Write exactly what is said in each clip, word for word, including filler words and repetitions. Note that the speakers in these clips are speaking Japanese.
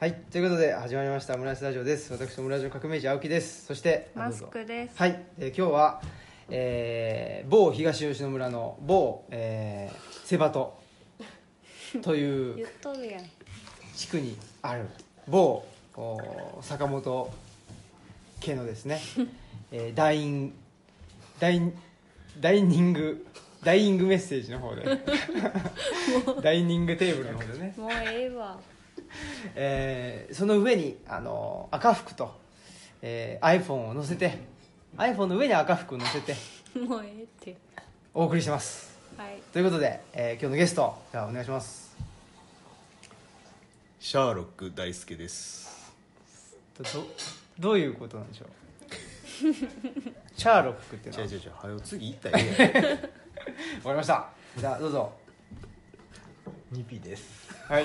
はい、ということで始まりましたオムライスラジオです。私オムライスの革命児青木です。そしてマスクです。 はい、えー、今日は、えー、某東吉野村の某、えー、セバトという言っとるやん。 地区にある某坂本家のですね、えー、ダインダインダイニングダイニングメッセージの方でダイニングテーブルの方でね、 もうええわ。 えー、その上にあの赤服と、えー、iPhone を載せて iPhone の上に赤服を載せてもうええってお送りしてます、 はい、 ということで、えー、今日のゲストじゃあお願いします。 シャーロック大輔です。 ど, どういうことなんでしょうシャーロックっていうのは違う違う違う、はよ次行ったらいいやん。 わかりました。じゃあどうぞ。 ニピです。 はい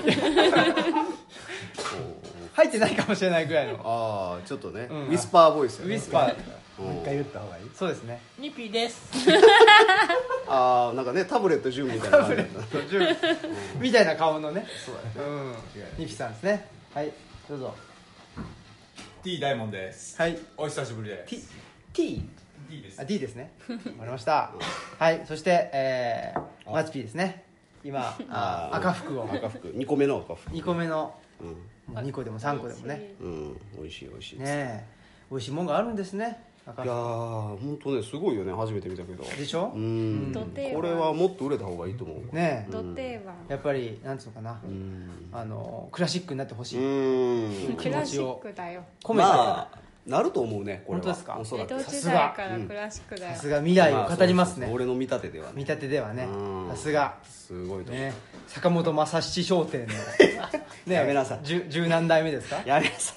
入ってないかもしれないぐらいの。 ああちょっとね、 うん、 ウィスパーボイス、ね、 ウィスパーもう一回言った方がいい。 そうですね。 ニピです。 ああなんかねタブレット準備みたいなタブレット準備みたいな顔のね。そうだね、うん、ニピさんですね。はいどうぞ。 T 大門です。 はい、 お久しぶりです。 T? T? D です。 あ D ですね。わかりましたはいそして、えー、マツピーですね。今あ赤服を赤服にこめの赤服にこめの、 うん、 もうにこでもさんこでもね、 うん、美味しい美味しいねえ美味しいもんがあるんですね。赤服いやー本当ねすごいよね、初めて見たけどでしょ。 うんど定番これはもっと売れた方がいいと思うねえど定番。 やっぱりなんつうのかな、 うんあのクラシックになってほしい、 うんクラシックだよ。 込めた、 まあなると思うねこれは。 本当ですかおそらく江戸時代からクラシックだよ。 さすが未来を語りますね、 まあそうそうそう俺の見立てではね見立てではねうんさすがすごいと思う、 ね坂本正七商店のねやめなさい十十何代目ですか。 やめなさ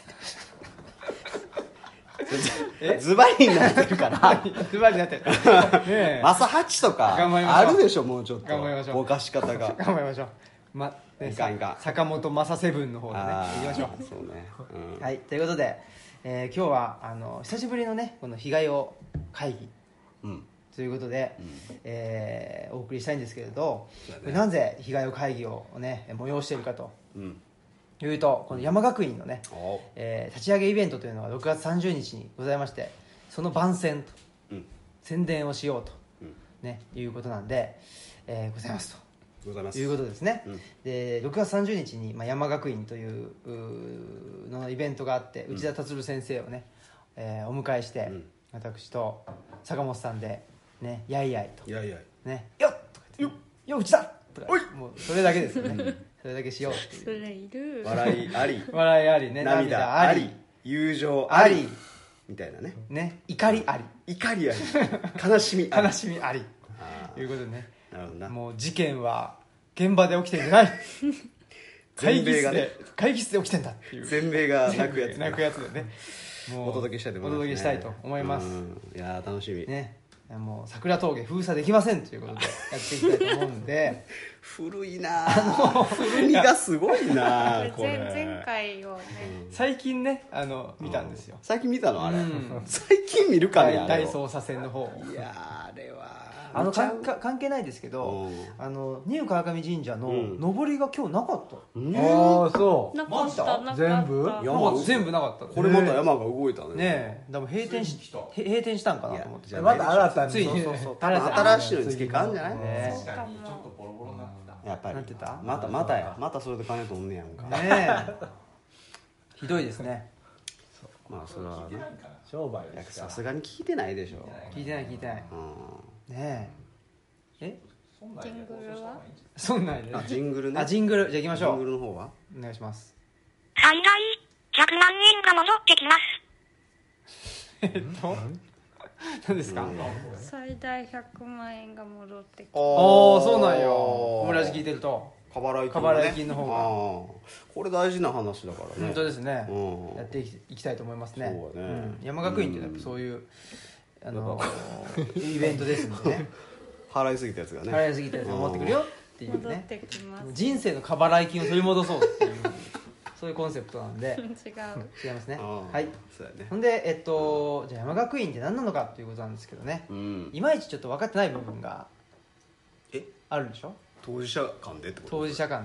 えいズバリになってるからズバリになってるねえマサハチとか頑張りましょうあるでしょ、もうちょっと頑張りましょうぼかし方が頑張りましょう、まね、 いかんいかん坂本正セブンの方でねあー行きましょう。 そうね、うんはいということで、えー今日はあの久しぶりのねこの被害を会議うんということで、 うんえーお送りしたいんですけれど、 そうだねこれなぜ被害を会議をね催しているかとうんいうと、この山学院のね、 おえー立ち上げイベントというのがろくがつさんじゅうにちにございまして、その番宣とうん宣伝をしようと、 うんね、いうことなんで、えーございますございますということですね、 うんでろくがつさんじゅうにちに、まあ、山学院といううーのイベントがあって、内田達先生をね、えーお迎えして、 うん私と坂本さんで、ね、やいやいといやいやね、よっとか言って、よっ内田とかもうそれだけですよねそれだけしようっていうそれいる。 笑いあり笑いありね、 涙あり友情ありありみたいなね、 ね、怒りあり怒りあり悲しみあり悲しみありあということでね、 ーなるほどな。 もう事件は現場で起きてんじゃない会議室で、 全米がね会議室で起きてんだっていう全米が泣くやつ泣くやつでねもうお届けしたいと思いおます、ね、 届けしたいと思います、 うんいやー楽しみ、 ね、もう桜峠封鎖できませんということでやっていきたいと思うんで古いなあ古みがすごいなあこ前れ前回をね。 最近ねあの見たんですよ、 最近見たのあれ、 うん最近見るかねあれを大捜査線の方をいやーあれはあの見ちゃうかか関係ないですけど、 うんあの二川上神社のうん上りが今日なかった、 うんああそう。 なかったなかった。 全部山なんか全部なかったこれまた山が動いたねねえでも閉店しついに来たへ閉店したんかなと思っていやまた新たについにそうそうそう新たに新しいのに付け替わんじゃない、 ねそうかも。 ちょっとボロボロになってた。 やっぱりなんて言ったまたまたやまたそれで金取んねやんか、 ねえひどいですね。 まあそれはね商売ですから。 さすがに聞いてないでしょ、 聞いてない聞いてないうんねええジングルはそんなんであジングルねあジングルじゃあ行きましジンょうグルの方はお願いします最大ひゃくまんえんが戻ってきます。 えっと何ですか、 うん最大ひゃくまんえんが戻ってきた。 ああそうなんよオムラジ聞いてると過払い金、ね、 過払い金の方があーこれ大事な話だからね本当ですね、 うんやっていきいきたいと思いますねそうだねん山学院っていうのはやっぱそういう、あのイベントですんでね払いすぎたやつがね払いすぎたやつが持ってくるよっていうね戻ってきます。 人生の過払い金を取り戻そうっていうそういうコンセプトなんで違う。 違いますねあーはいそうやねほんでえっとじゃあ山学院って何なのかっていうことなんですけどねうんいまいちちょっと分かってない部分がえあるでしょ当事者間でってこと当事者間で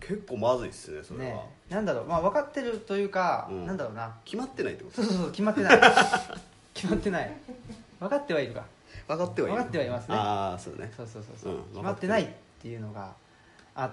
結構まずいっすねそれは、 ね、なんだろう、まあ、分かってるというか、 うんなんだろうな、 決まってないってことそうそうそう決まってない決まってない分かってはいるか分かってはいる分かってはいますね。 ああそうねそうそうそうそう、 うん決まってないっていうのがあって、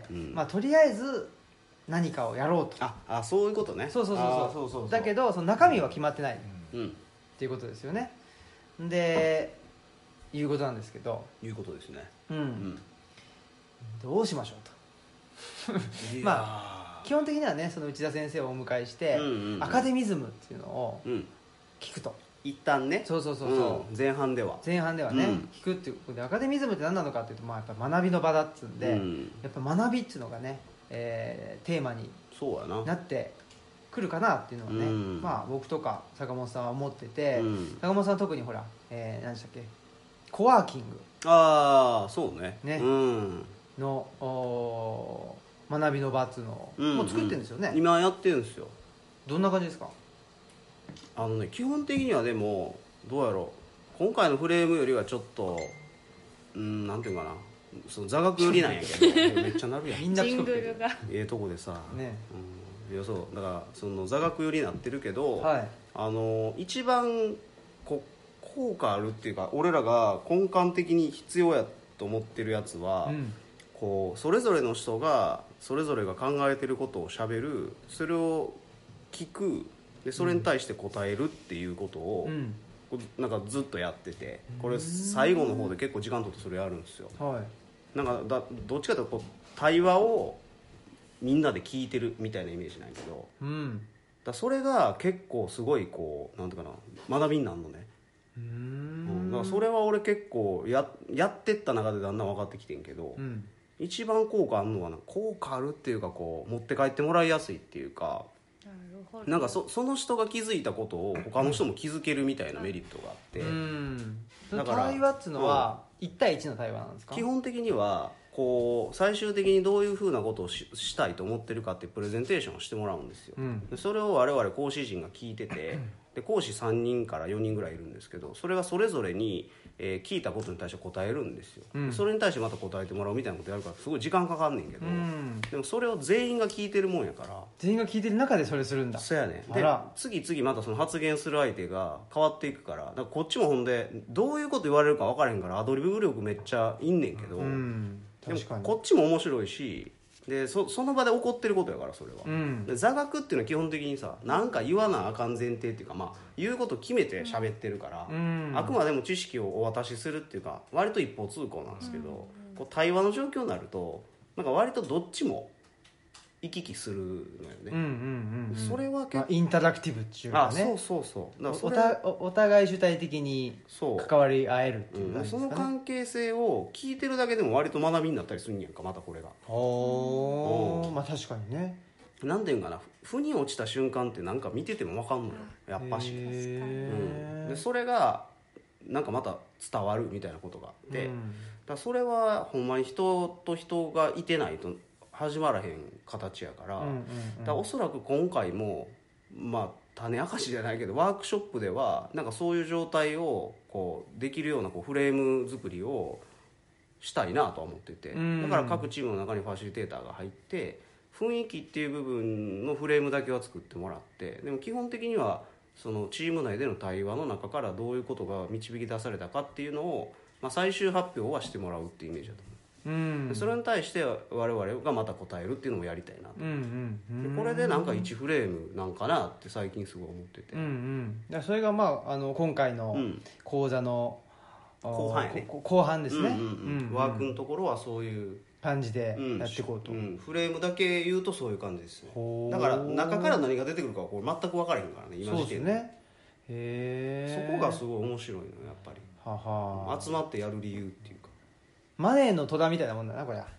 うんまあ、とりあえず何かをやろうと、 ああそういうことねそうそうそうあそうーそうそうそうだけどその中身は決まってないっうんていうことですよね。でいうことなんですけど、 いうことですねうんうんどうしましょうとま基本的にはねその内田先生をお迎えして、 うんうんうんアカデミズムっていうのをうん聞くと、 一旦ねそうそうそうそう、 うん前半では前半ではね、 うん聞くっていうことで、アカデミズムって何なのかっていうと、まあ、やっぱ学びの場だっつうんで、 うんやっぱ学びっていうのがね、えーテーマにそうやななってくるかなっていうのはね、 うんまあ僕とか坂本さんは思ってて、 うん坂本さんは特にほら、えー何でしたっけ、コワーキングああそうねねうんのおー学びの場っていうのを、 うんもう作ってるんですよね。 今やってるんですよどんな感じですか？ あのね基本的にはでもどうやろう今回のフレームよりはちょっとうんなんていうかなその座学寄りなんやけどめっちゃなるやんみんなジ作ってるングルがええとこでさ、 ね、 うん、いやそうだからその座学寄りになってるけど、 はい、 あの一番こ効果あるっていうか俺らが根幹的に必要やと思ってるやつは、 うんこうそれぞれの人がそれぞれが考えてることをしゃべるそれを聞くでそれに対して答えるっていうことを、 うんこうなんかずっとやっててこれ最後の方で結構時間とってそれやるんですよはいなんかだどっちかというとこう対話をみんなで聞いてるみたいなイメージなんやけどうんだそれが結構すごいこうなんていうかな学びになるのねうーうんんだからそれは俺結構ややってった中でだんだん分かってきてんけど、 うん一番効果あるのはな効果あるっていうかこう持って帰ってもらいやすいっていうかなるほど。 なんか そ, その人が気づいたことを他の人も気づけるみたいなメリットがあって、 うんだから対話っていうのは一対一の対話なんですか？ 基本的にはこう最終的にどういうふうなことを し, したいと思ってるかっていうプレゼンテーションをしてもらうんですよ、 うんでそれを我々講師陣が聞いててで講師さんにんからよにんぐらいいるんですけどそれがそれぞれに、えー聞いたことに対して答えるんですよ、 うんでそれに対してまた答えてもらうみたいなことやるからすごい時間かかんねんけど、 うんでもそれを全員が聞いてるもんやから全員が聞いてる中でそれするんだ。 そうやねであら次々またその発言する相手が変わっていくからだからこっちもほんでどういうこと言われるか分からへんからアドリブ力めっちゃいんねんけど、 うんでも確かに。 こっちも面白いしで そ, その場で起こってることやからそれは、 うんで座学っていうのは基本的にさ何か言わなあかん前提っていうか、まあ、言うこと決めて喋ってるから、 うんあくまでも知識をお渡しするっていうか割と一方通行なんですけど、こう対話の状況になるとなんか割とどっちも行き来するのよね、 うんうんうんうんそれは結構まあ、インタラクティブっていうかあそうね、 そうそうだからそおれたおお互い主体的にそう関わり合えるっていううん、 感じそのですかね。 関係性を聞いてるだけでも割と学びになったりするんやんかまたこれがうんおーまあ確かにね。 なんていうんかな腑に落ちた瞬間ってなんか見てても分かんのよやっぱし、うん、 へーでそれがなんかまた伝わるみたいなことがあって、だからそれはほんまに人と人がいてないと始まらへん形やから、 うんうんうんだからおそらく今回もまあ種明かしじゃないけどワークショップではなんかそういう状態をこうできるようなこうフレーム作りをしたいなとは思ってて、 うんだから各チームの中にファシリテーターが入って雰囲気っていう部分のフレームだけは作ってもらってでも基本的にはそのチーム内での対話の中からどういうことが導き出されたかっていうのを、まあ、最終発表はしてもらうっていうイメージだと思う。 うんでそれに対して我々がまた答えるっていうのもやりたいなと、 うんうんうんでこれでなんかいちフレームなんかなって最近すごい思ってて、 うんうんだからそれがまああの今回のうん講座の、 後半やねこ後半ですね、 うんうんうんワークのところはそういう、 感じでうんやっていこうと、 うんフレームだけ言うとそういう感じですねほーだから中から何が出てくるかはこれ全く分からへんからね今そう時点ですねへえそこがすごい面白いのよやっぱりはは集まってやる理由っていうかマネーの戸田みたいなもんだなこれ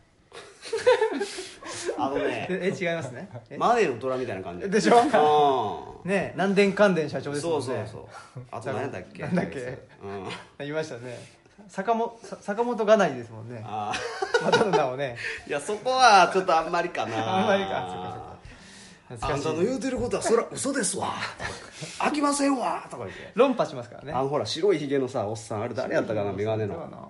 あのねええ違いますねえマネーの虎みたいな感じでしょあね南電関電社長ですもんねそうそうそうあと何やったっけなんだっけうん言いましたね坂本さ坂本がないですもんねあまたの名をねーいやそこはちょっとあんまりかなあんまりかそっかそっか懐あんかしたいの言うてることはそら嘘ですわ飽きませんわとか言って論破しますからねあのほら白いひげのさおっさんあれ誰やったかなメガネのそうだな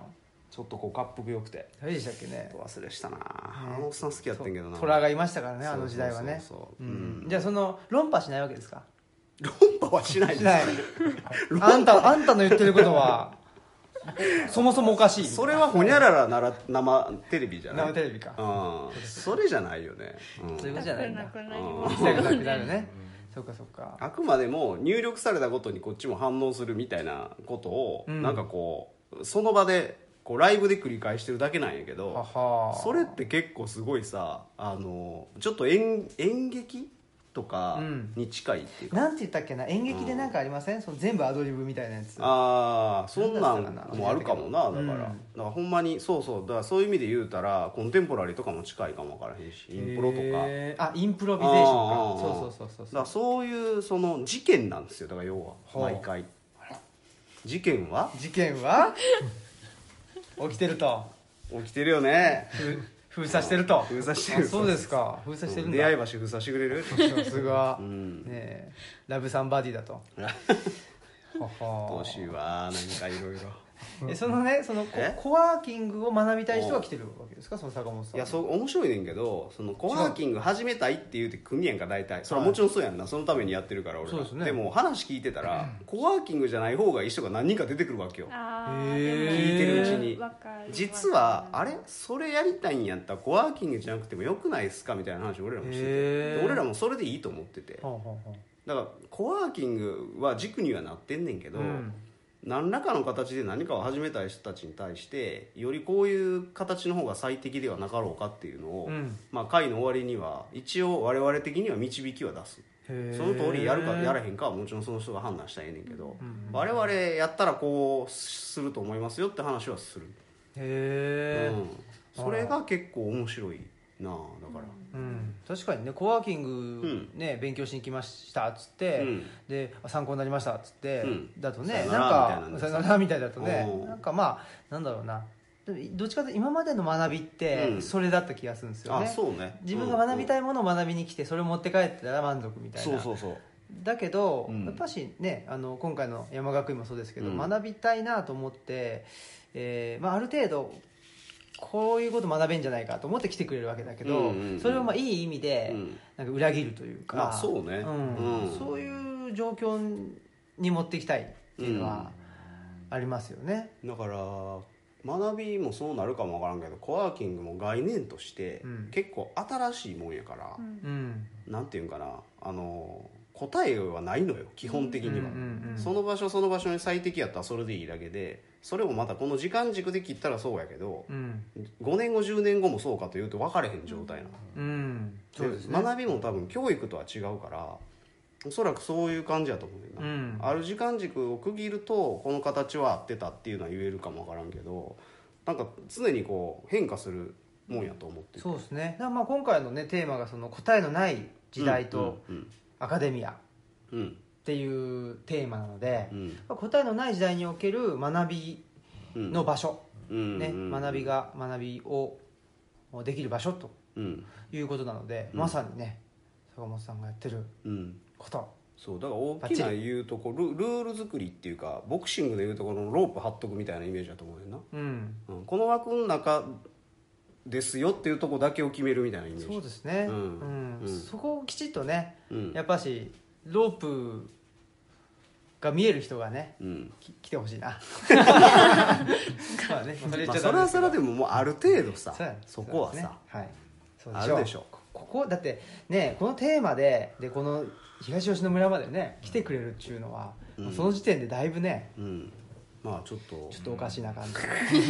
ちょっとこうかっぷくよくて誰でしたっけね。 忘れしたな、あのおっさん好きやってんけどな。 虎がいましたからね、あの時代はね。 そうそうそううそうんじゃあその論破しないわけですか。 論破はしないですしないあんたあんたの言ってることはそもそもおかしい。 それはほにゃららなら生テレビじゃない。 生テレビか。 うんそれじゃないよね、うんそういうことじゃないんだなくなります。 行きたくなくなるね。そうかそうか。 あくまでも入力されたことにこっちも反応するみたいなことを、 うんなんかこうその場でこうライブで繰り返してるだけなんやけど、 ははそれって結構すごいさ、あのちょっと演演劇とかに近いっていうか、 なんて言ったっけな、演劇でなんかありません、その全部アドリブみたいなやつ。 ああそんなんなんだったかなもあるかもな。だから、 うんだからほんまにそうそう、だからそういう意味で言うたらコンテンポラリーとかも近いかもわからへんし、インプロとか、 へーあ、インプロビゼーションか。 あーそうそうそうそうだからそういうその事件なんですよ。だから要はほう毎回事件は事件は起きてると、 起きてるよね。 ふ封鎖してると。 封鎖してる。 あそうですか、封鎖してるんだ。 出会い橋封鎖してくれる。 さすが、 うんねえラブサンバディだと。ははどうしようわなんかいろいろ。 えそのね、そのコえコワーキングを学びたい人が来てるわけですか、その坂本さん。 いやそう面白いねんけど、そのコワーキング始めたいって言うて組やんか大体。それはもちろんそうやんな、そのためにやってるから俺ら。 そうですねも話聞いてたら、コワーキングじゃない方がいい人が何人か出てくるわけよ。 あへーーでも聞いてるうちにわかる実はあれそれやりたいんやったらコワーキングじゃなくてもよくないですかみたいな話を俺らもしてて、 へーで俺らもそれでいいと思ってて、 ほうほうほうだからコワーキングは軸にはなってんねんけど、 うん何らかの形で何かを始めたい人たちに対してよりこういう形の方が最適ではなかろうかっていうのを、 うんまあ、会の終わりには一応我々的には導きは出す。 へーその通りやるかやらへんかはもちろんその人が判断したらええねんけど、 うん我々やったらこうすると思いますよって話はする、 へえ、 うん、それが結構面白いなあ。だからうん、確かにね、コワーキング、ね勉強しに来ましたっつって、 うんであ参考になりましたっつって、 うんだとねさよなんかならみたいなんでさよならみたいだとねうんなんかまあなんだろうな、でもどっちかというと今までの学びってうんそれだった気がするんですよね、 あそうね、 自分が学びたいものを学びに来てそれを持って帰ったら満足みたいな、 そうそうそうだけど、 うんやっぱしねあの今回の山学院もそうですけど、 うん学びたいなと思って、えーまあ、ある程度こういうこと学べんじゃないかと思って来てくれるわけだけど、 うんうんうんそれをまあいい意味で、 うんなんか裏切るというか、 まあそうねうんうんそういう状況に持っていきたいっていうのはありますよね、 だから学びもそうなるかもわからんけどコワーキングも概念としてうん結構新しいもんやから、 うんうんなんていうんかな、あの答えはないのよ基本的には、 うんうんうんその場所その場所に最適やったらそれでいいだけで、それをまたこの時間軸で切ったらそうやけど、 うんごねんごじゅうねんごもそうかというと分かれへん状態なの、 うんそうですね学びも多分教育とは違うからおそらくそういう感じやと思うねんな、 うんある時間軸を区切るとこの形は合ってたっていうのは言えるかも分からんけど、なんか常にこう変化するもんやと思ってて、 そうですね。だからまあ今回のねテーマがその答えのない時代とうんアカデミアっうんていうテーマなので、 うんまあ答えのない時代における学びうんの場所、 うんねうん学びが学びをできる場所とうんいうことなので、 うんまさにね坂本さんがやってるうんこと、 そうだから大きな言うとこルルール作りっていうかボクシングでいうところのロープ張っとくみたいなイメージだと思うねんな、 うん、 うん、この枠の中ですよっていうところだけを決めるみたいなイメージ。 そうですね、 ううんんうんそこをきちっとね、 うんやっぱしロープが見える人がねうんき来てほしいなまあね、まあそれ言っまあ、 ちゃそれはダメですけどそれでももうある程度さそうやそこはそうですねさ、 はい、そうあるでしょこここだってねこのテーマででこの東吉野村までね来てくれるっていうのは、 うんもうその時点でだいぶねうん、まあちょっとちょっとおかしいな感じ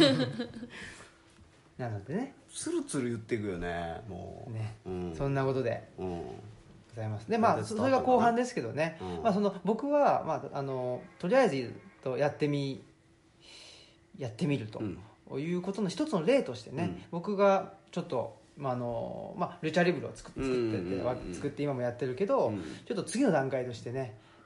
なのでねつるつる言っていくよねもうね、 うん、 そんなことでうんございますでまあそそれが後半ですけどね、 うんまあ、その僕は、まあ、あのとりあえずとやってみやってみると、 うんいうことの一つの例としてね、 うん僕がちょっと、まああのまあ、ルチャリブロを作っ作ってて、 うんうんうん作って今もやってるけど、 うんちょっと次の段階としてね、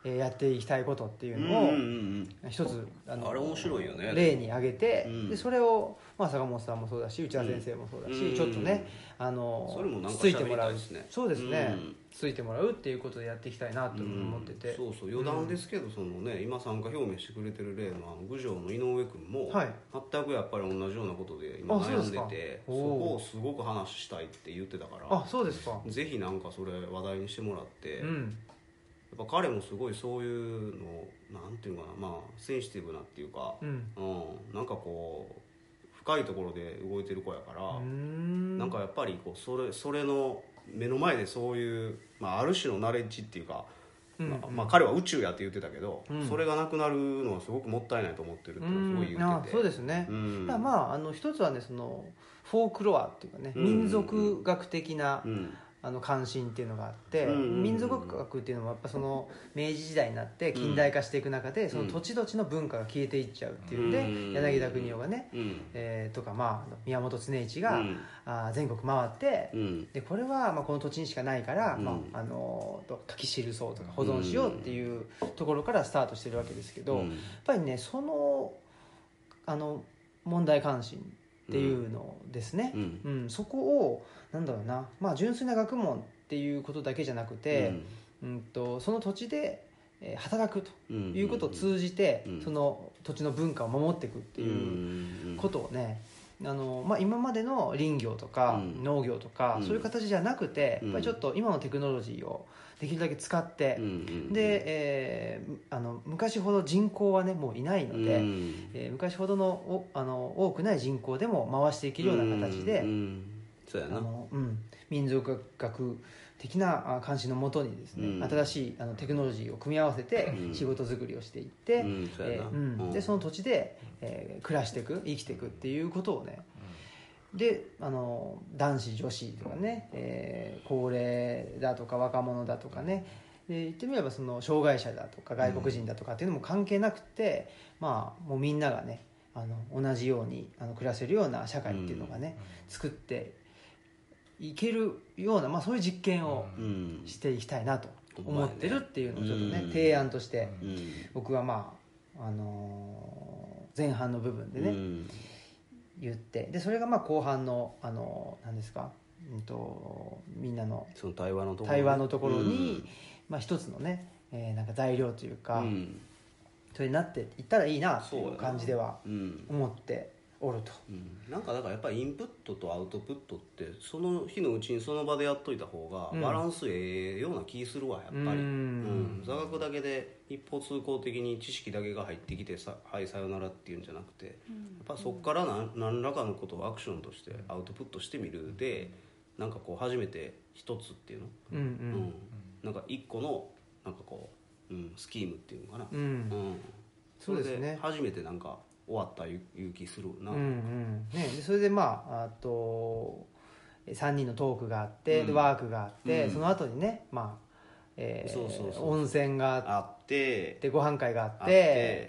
えーやっていきたいことっていううんのをうんうん一つあのあれ面白いよね例に挙げて、 うんでそれを、まあ、坂本さんもそうだし内田先生もそうだし、 うんちょっとねあのそれもなんかついてもらう喋りたいですねそうですね、 うんついてもらうっていうことでやっていきたいなと思ってて、 そうそう余談ですけど、そのね今参加表明してくれてる例のあの郡上の井上君も、 はい全くやっぱり同じようなことで今あそうですか悩んでてそおーこをすごく話したいって言ってたからあそうですかぜひなんかそれ話題にしてもらって、やっうんぱ彼もすごいそういうのなんていうのかな、まあセンシティブなっていうか、 うんうんなんかこう深いところで動いてる子やから、 うーんなんかやっぱりこうそれそれの目の前でそういう、まあ、ある種のナレッジっていうか、 うんまあまあ、彼は宇宙やって言ってたけど、 うんそれがなくなるのはすごくもったいないと思ってるってういうのをすごいん言ってて、 あそうですね、 うんだからまああの一つはねそのフォークロアっていうかね、 うん民族学的な、 うんあの関心っていうのがあって、 うん民族学っていうのもやっぱその明治時代になって近代化していく中で、その土地土地の文化が消えていっちゃうっていうんで、 うん柳田国男がね、 うんえーとか、まあ、宮本常一が、 うんあー全国回って、 うんでこれはまあこの土地にしかないから、 うんまあ、あのと書き記そうとか保存しようっていうところからスタートしてるわけですけど、 うんやっぱりねそのあの問題関心っていうのですね、 うんうんそこをなんだろうな、まあ、純粋な学問っていうことだけじゃなくて、うんとその土地でえー働くとうんいうことを通じて、 うんその土地の文化を守っていくっていうことをね、あのまあ、今までの林業とかうん農業とか、 うんそういう形じゃなくて、 うんやっぱりちょっと今のテクノロジーをできるだけ使って、 うんうんで、えーあの昔ほど人口はねもういないので、 うんえー昔ほどのおあの多くない人口でも回していけるような形で、 うんうんそうやなあのうん、民族学的なあ関心のもとにですね、 うん新しいあのテクノロジーを組み合わせてうん仕事作りをしていって、 うんそうやなえーうんでその土地で、えー暮らしていく生きていくっていうことをね、であの男子女子とかね、えー高齢だとか若者だとかねで言ってみればその障害者だとか外国人だとかっていうのも関係なくて、まあもうみんながねあの同じようにあの暮らせるような社会っていうのがね、作っていけるような、まあ、そういう実験をうんしていきたいなと思ってるっていうのをちょっとね、 うん提案としてうん僕はまあ、あのー前半の部分でね、 うん言ってでそれがまあ後半の、あのー何ですか、うん、とみんなのその対話のところ対話のところに、まあ、一つのね、えーなんか材料というか、 うんそれになっていったらいいなっていうそうやな感じではうん思っておると。 うんなんかだからやっぱりインプットとアウトプットってその日のうちにその場でやっといた方うんがバランスええような気するわやっぱり、 うんうん座学だけで一方通行的に知識だけが入ってきてさはいさよならっていうんじゃなくて、やっぱそこから何何らかのことをアクションとしてアウトプットしてみるでなんかこう初めて一つっていうの、 うんううんんなんか一個のなんかこう、うん、スキームっていうのかな、 うんうんそうですねそれで初めてなんか終わったいういう気するな、 うんうんね、でそれでまああとさんにんのトークがあって、 うんでワークがあって、 うんその後にね、まあえーそうそうそう温泉があっあっててご飯会があってあって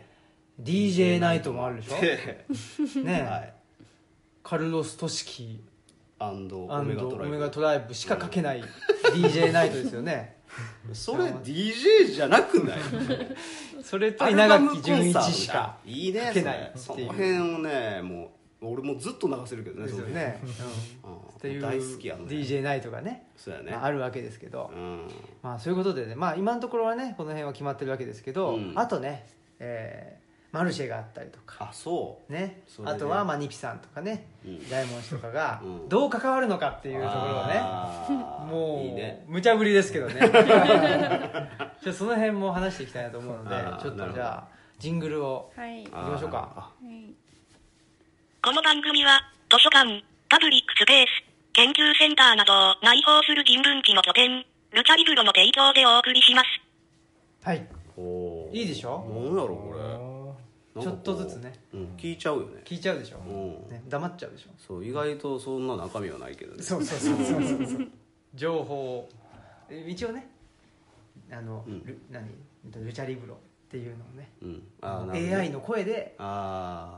ディージェー ナイトもあるでしょ、 でねはいカルロス・トシキアンドアンオメガトライブドオメガトライブしか書けない ディージェー ナイトですよねそれ ディージェー じゃなくないそれと稲垣潤一しかいいね書けないそっていうれその辺をねもう俺もずっと流せるけどねですよね、 その辺うんうんっていう大好きやねディージェー ナイトがねそうやね、 まあ、あるわけですけど、 うんまあ、そういうことでね、まあ、今のところはねこの辺は決まってるわけですけど、 うんあとね、えーマルシェがあったりとか、 あそねそれであとはまあニピさんとかね、 うん大門氏とかがうんどう関わるのかってういうところをね、 あーもういいね無茶ぶりですけどねちょっとその辺も話していきたいなと思うのであーちょっなるほどとじゃあジングルをはい。 あー行きましょうかあはい。 この番組は、図書館、パブリックスペース、研究センターなどを内包する人文地の拠点、ルチャリブロの提供でお送りします。 はいおーいいでしょなんやろこれなんかこうちょっとずつね、 うん、聞いちゃうよね聞いちゃうでしょ、 うんね、黙っちゃうでしょそう意外とそんな中身はないけどねそうそうそうそうそうそう情報え一応ねあの、 うんル何ルチャリブロっていうのをねうんあーなるほどねエーアイ の声であこ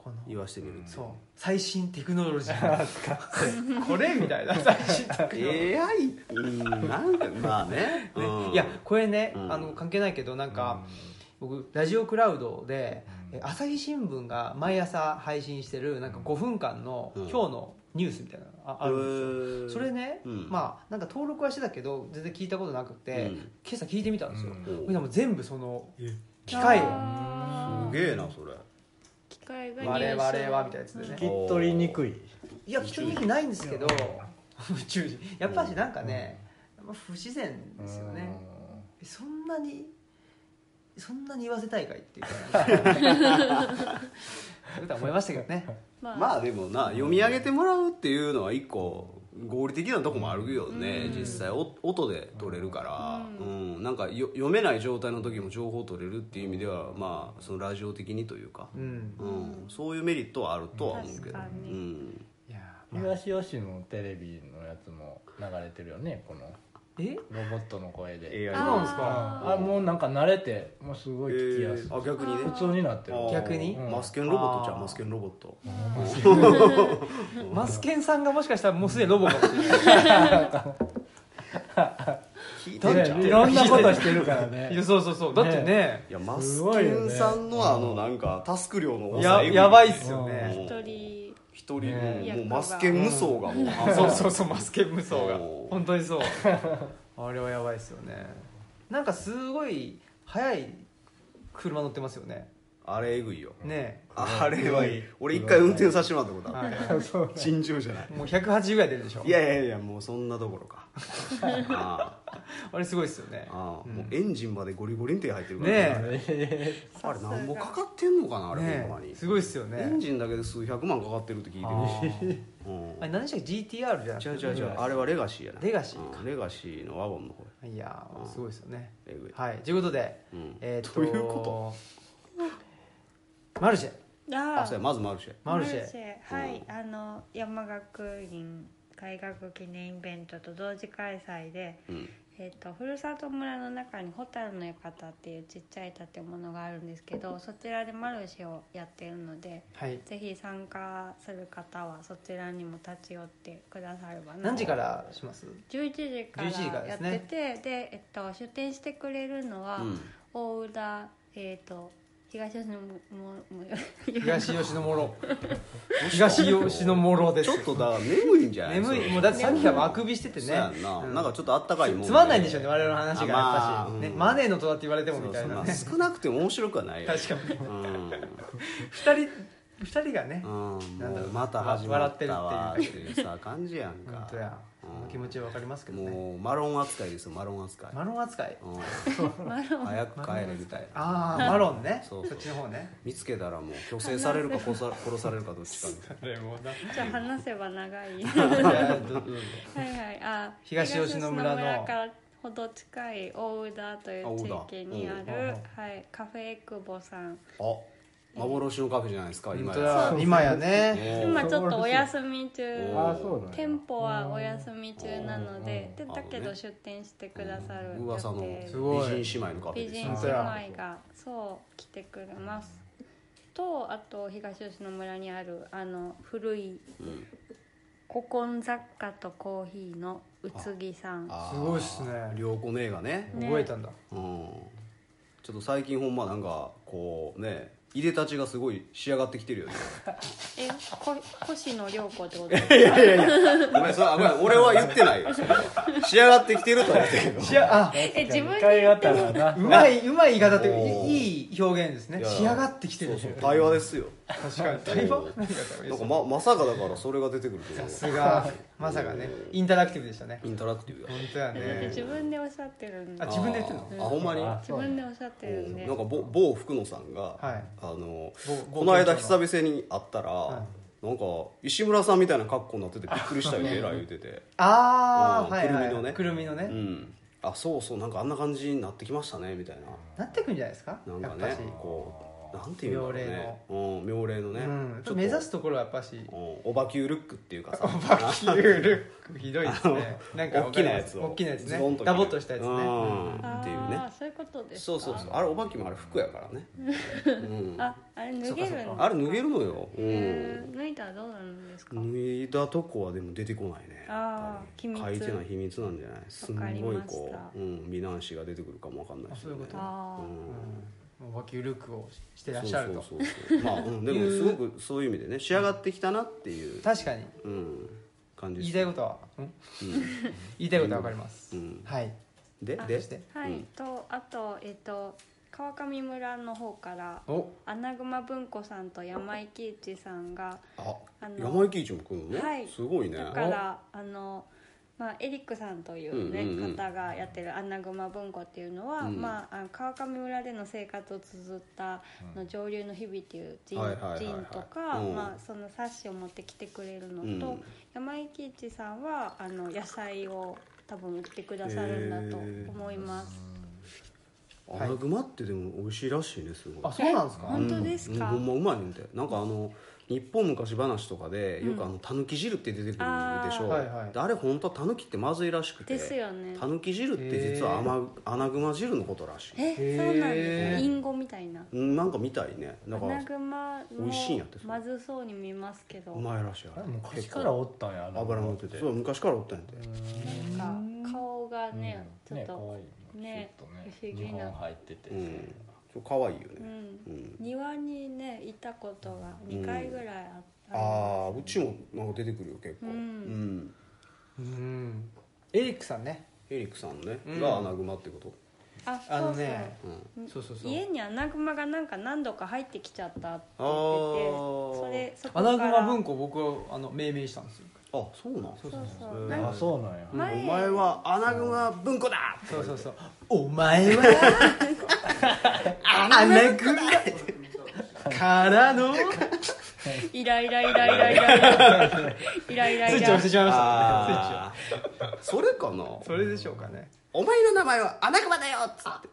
この言わしてみるってそう最新テクノロジー使ってこれみたいな最新テクノロジーエーアイ うんなんかまあねねうんいやこれね、 うんあの関係ないけどなんか、僕ラジオクラウドで、え朝日新聞が毎朝配信してるなんかごふんかんのうん今日のニュースみたいなのがああるんですよ、 へーそれね、 うんまあなんか登録はしてたけど全然聞いたことなくて、 うん今朝聞いてみたんですよ、 うんでも全部その機械をあすげえなそれー機械が我々 ニュースはみたいなやつでねきっとりにくいいや聞きにないんですけど宇宙人やっぱしなんかね、まあ不自然ですよね、そんなにそんなに言わせたいかいっていうかそういうことは思いましたけどねまあ、 まあでもな読み上げてもらうっていうのは一個合理的なとこもあるよね、 うん実際お音で取れるから、うんなんかよ読めない状態の時も情報取れるっていう意味ではまあそのラジオ的にというか、 うんうんそういうメリットはあるとは思うけど、 確かにうん、 いやまあ東吉野テレビのやつも流れてるよねこのえロボットの声でエーアイそうなんですかあもうなんか慣れてもうすごい聞きやすい、 えーあ逆にね普通になってるあー逆にうんマスケンロボットじゃあーんマスケンロボットマスケンさんがもしかしたらもうすでにロボかもしれない聞いてんじゃんねいろんなことしてるからいねやそうそうそうだってねいやマスすごいよねケンさんのあのなんかタスク量の多やさえぐやばいっすよねうん一人一人ねもうもうマスケン無双がもう半端そうないそうそうマスケン無双がおー本当にそうあれはやばいっすよねなんかすごい速い車乗ってますよねあれえぐいよねあれはいい俺一回運転させてもらったことあってはそう尋常じゃないいもうひゃくはちじゅうぐらい出るでしょいやいやいやもうそんなところかああれすごいっすよねあああうんもうエンジンまでゴリゴリに手入ってるからねえあれなんぼかかってんのかなあれねほんまにすごいっすよねエンジンだけで数百万かかってるって聞いあてるーうんあれ何でしたっけ ジーティーアール じゃなくて違う違う違うあれはレガシーやなレガシーかうんレガシーのワゴンの方やいやーすごいですよねえぐいはいということでうんえーっとどういうこマルシェああそうやまずマルシェマルシェはい、あの山学院開学記念イベントと同時開催で、 うんえー、とふるさと村の中に蛍の館っていうちっちゃい建物があるんですけどそちらでマルシェをやってるのではいぜひ参加する方はそちらにも立ち寄ってくださればな何時からしますじゅういちじかじゅういちじかららやっですねててで、えっと、出店してくれるのは、 うん大宇田、えー、と東吉野ももも東吉野諸東吉野諸ですちょっとだから眠いんじゃない眠いそれもうだってさっきからあくびしててねそうやんな、 うんなんかちょっとあったかいもんつまんないんでしょうね我々の話がやっぱし、 あまあねうんマネーの虎って言われてもそうそうまあみたいなね少なくても面白くはないよ確かにうん二人二人がねうんなんだろうもうまた始まったわっていうさ感じやんか本当やうん気持ちは分かりますけどねもうマロン扱いですよマロン扱い、 マロン扱いうん、早く帰れみたいなああマロンねそうそうそっちの方ね見つけたらもう虚勢されるか殺さ殺されるかどっちかみたいあれもうなじゃあ話せば長いいやどどうぞはいはいあ東吉野村の東吉からほど近い大宇田という地域にあある、はい、カフェエクボさんなあ幻のカフェじゃないですか本今当や今やねね今ちょっとお休み中あそうなんや店舗はお休み中なのででうんだけど出店してくださる予噂の定すごい美人姉妹のカフェ美です人よ姉妹がそう来てくれますとあと東吉野村にあるあの古いうん古今雑貨とコーヒーの宇津木さんあーすごいっすね良子姉がねね覚えたんだうんちょっと最近ほんまなんかこうね入れたちがすごい仕上がってきてるよねえこ星野涼子ってことですかいやいやごめんそれあごめん俺は言ってないよそれ仕上がってきてるとは言ってるけどしああえ自分で使い言って方がなうまいうまい言い方っておーいい表現ですねいや仕上がってきてるそうそう対話ですよ確かに対話おー何がなんかままさかだからそれが出てくるとさすがまさかねインタラクティブでしたねインタラクティブや本当やえだってね自分でおっしゃってるんであ自分で言ってんのああほんまにあ自分でおっしゃってるんでなんか某某福野さんが、 はいあの某この間某店久々に会ったら、 はなんか石村さんみたいな格好になっててびっくりしたよねえらい言うててうんああはいはいくるみのねくるみのねうんあそうそうなんかあんな感じになってきましたねみたいななってくんじゃないですかなんかやっぱしねこなんていうんだろうねうん妙齢のね、 うん、ちょっと目指すところはやっぱしオバキュールックっていうかさオバキュールックひどいですねなんか大きなやつを大きなやつズボンとねダボっとしたやつね、 うんっていうねあそういうことですか。 そうそうそうあれおばきもあれ服やからね、うん、 ああれ脱げるの。 あれ脱げるのよ、うんへー脱いだらどうなるんですか。 脱いだとこはでも出てこないねあー秘密書いてない秘密なんじゃないすんわかりごいましたこう、うん、美男子が出てくるかもわかんないし、ね、 あそういうことあオバキュールックをしてらっしゃるとそうそうそうそうまあ、うん、でもすごくそういう意味でね仕上がってきたなっていう確かにうん、感じ言いたいことは、うんうん言いたいことは分かります、 うんはいあででしてはい、 うんとあとえっ、と川上村の方からお穴熊文庫さんと山井貴一さんがああの山井貴一も来るのね、 はいすごいねだからあの、まあ、エリックさんという、ねうんうんうん方がやってる穴熊文庫っていうのは、 うんまあ、あの川上村での生活を綴った「の上流の日々」っていうジンはいはいはいはいジンとか、 うんまあ、その冊子を持ってきてくれるのと、 うん山井貴一さんはあの野菜を多分売ってくださるんだと思います。 はい穴熊ってでも美味しいらしいねすごいあそうなんですか本当ですかうん、ほんまうまいねんてなんかあの日本昔話とかでよくあのたぬき汁って出てくるでしょ、 あーはいはいであれ本当はたぬきってまずいらしくてですよねたぬき汁って実は甘穴熊汁のことらしいえへーそうなんですか。インゴみたいな。 うんなんかみたいねだから穴熊美味しいんやってそれもまずそうに見ますけど、 うまいらしいあれ昔からおったんやな油乗っててそう昔からおったんやてなんか顔がね、ちょっね可と愛いねちょっとね不思議な日本入ってて、 うんそう可愛いよねうんうん庭にねいたことがにかいぐらいあった、 ああうちもなんか出てくるよ結構うんうんうんエリックさんねエリックさんねうんが穴熊ってことああのそうそう、 ねうんそうそうそう家に穴熊がなんか何度か入ってきちゃったって言っててあーそれそこから穴熊文庫僕はあの命名したんですよあそうなんそうそうそうへーなんかあそうなんやうん前お前は穴熊文庫だそうそうそうお前は穴熊からのイライライライライライライライラスイッチイラ押してしまいましたねあーそれかなスイッチをそれでしょうかねお前の名前は穴熊だよっつって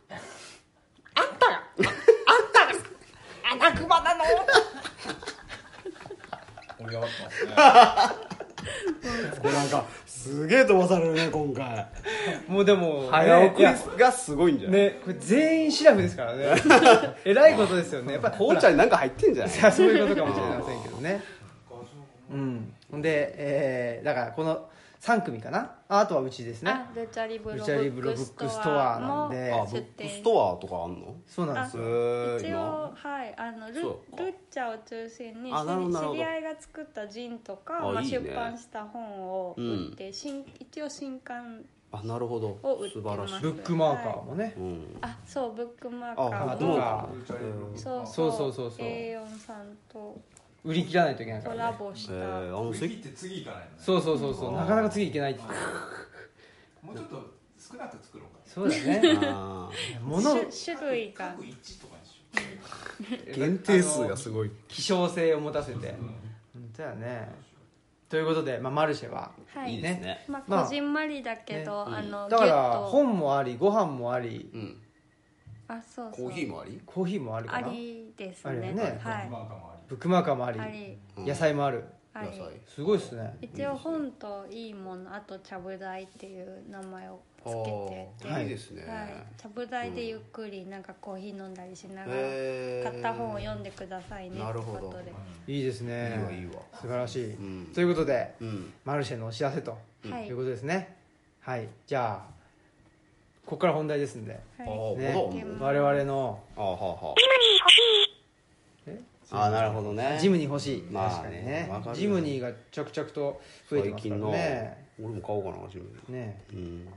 盛り上がってますねこれなんかすげえ飛ばされるね今回もうでも早送りねいやがすごいんじゃないねこれ全員シラフですからねえらいことですよねやっぱ紅茶になんか入ってんじゃないさあそういうことかもしれませんけどねうんほんで、えー、だからこのさん組かなああとはうちですねあルチャリブロルチャリブロブックストアなんであブックストアとかあんのあそうなんですよへー一応はいあのルそうかルッチャを中心にあなるほどなるほど知り合いが作ったジンとかまあ、 あいいね出版した本を売って、新一応新刊あなるほどを売って素ます晴らしいブックマーカーもね、 うんあそうブックマーカあーあともかそうそうそうそうそうエーよん さんと売り切らないといけないかコらねラボした、 えー、あのせ次って次行かないのねそうそうそうそうなかなか次いけないってもうちょっと少なく作ろうかそうだねあもの種種類が各いちとかにしよー限定数がすごい希少性を持たせて本当やねということで、まあ、マルシェは、 はいいいですねまあまあこじんまりだけど、 ねあのだからギュッと本もありご飯もありうんあそうそうコーヒーもありコーヒーもあるかあなりですあるねよねはいマーカーもありブックマーカーもありあり野菜もあるあり野菜すごいっすね一応本といいものあとちゃぶ台っていう名前をつけてて、 あーいいですねはい、ちゃぶ台でゆっくりなんかコーヒー飲んだりしながらへー買った本を読んでくださいねなるほどってことでいいですねいいわいいわ素晴らしい、 んということでうんマルシェのお知らせとはいいうことですねはいじゃあここから本題ですんであはいーねまだあんの我々のあーはあはえああーなるほどねジムニー欲しい、 まあね確かにねわかるよジムニーが着々と増えてますから最近のね俺も買おうかなジムねうん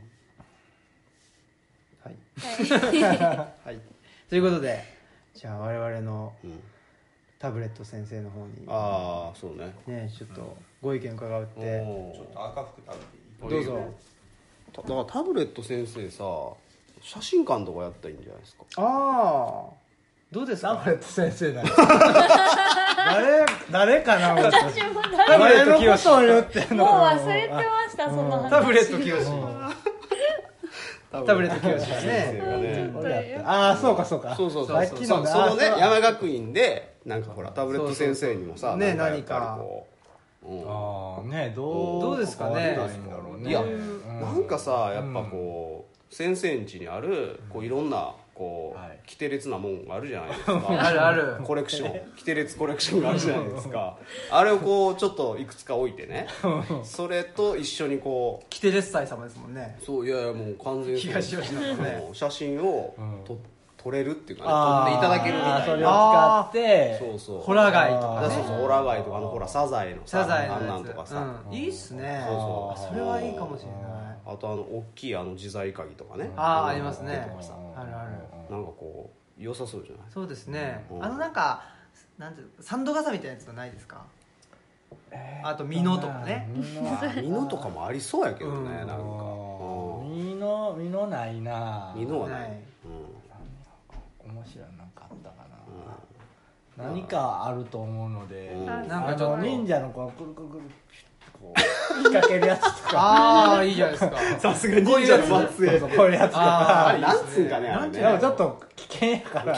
はい、はい、ということでじゃあ我々のうんタブレット先生の方にああそうねねちょっとご意見伺っておーちょっと赤服食べていいどうぞただからタブレット先生さ写真館とかやったらいいんじゃないですかああどうですかタブレット先生だよ誰誰かな俺私もタブレット清ことを言ってんのもう忘れてましたその話タブレット清タブレット教師がねね俺やってああそうかそうかそうそうそうさっきのそうそのねあー山学院でなんかほらタブレット先生にもさそうそうねなんやっぱりこううんああねどうどうですかね関わりたいんだろうねいやうんなんかさやっぱこう先生ん家にあるこういろんなこうはい規定列なもんがあるじゃないですかあるあるコレクション規定列コレクションがあるじゃないですかあれをこうちょっといくつか置いてねそれと一緒にこキテレス祭様ですもんねうそういやいやもう完全にそう東吉野のねもう写真をうんと撮れるっていうかねあー撮っていただけるみたいそれをな使ってそうそうホラ貝とかねだからそうそうオラガイとかあのほらサザエのさサザエのあんなやつんとかさ、 うんいいっすねそうそうそれはいいかもしれないあとあの大きいあの自在鍵とかねあーありますねとかさあるあるなんかこう良さそうじゃないそうですねうんあのなんかなんていうのサンド傘みたいなやつはないですかあとミノとかねミノはミノとかもありそうやけどね、 うんなんか、うんミノミノないなミノはない、 ない面白いなんかあったかな、何かあると思うので、 うんなんあかちょっとの忍者のこうくるくるくるピュッとこう引っ掛けるやつとかああいいじゃないですかさすがこういうやつそうそうこういうやつとあかあれなんつうんかねあれねでもちょっと危険やから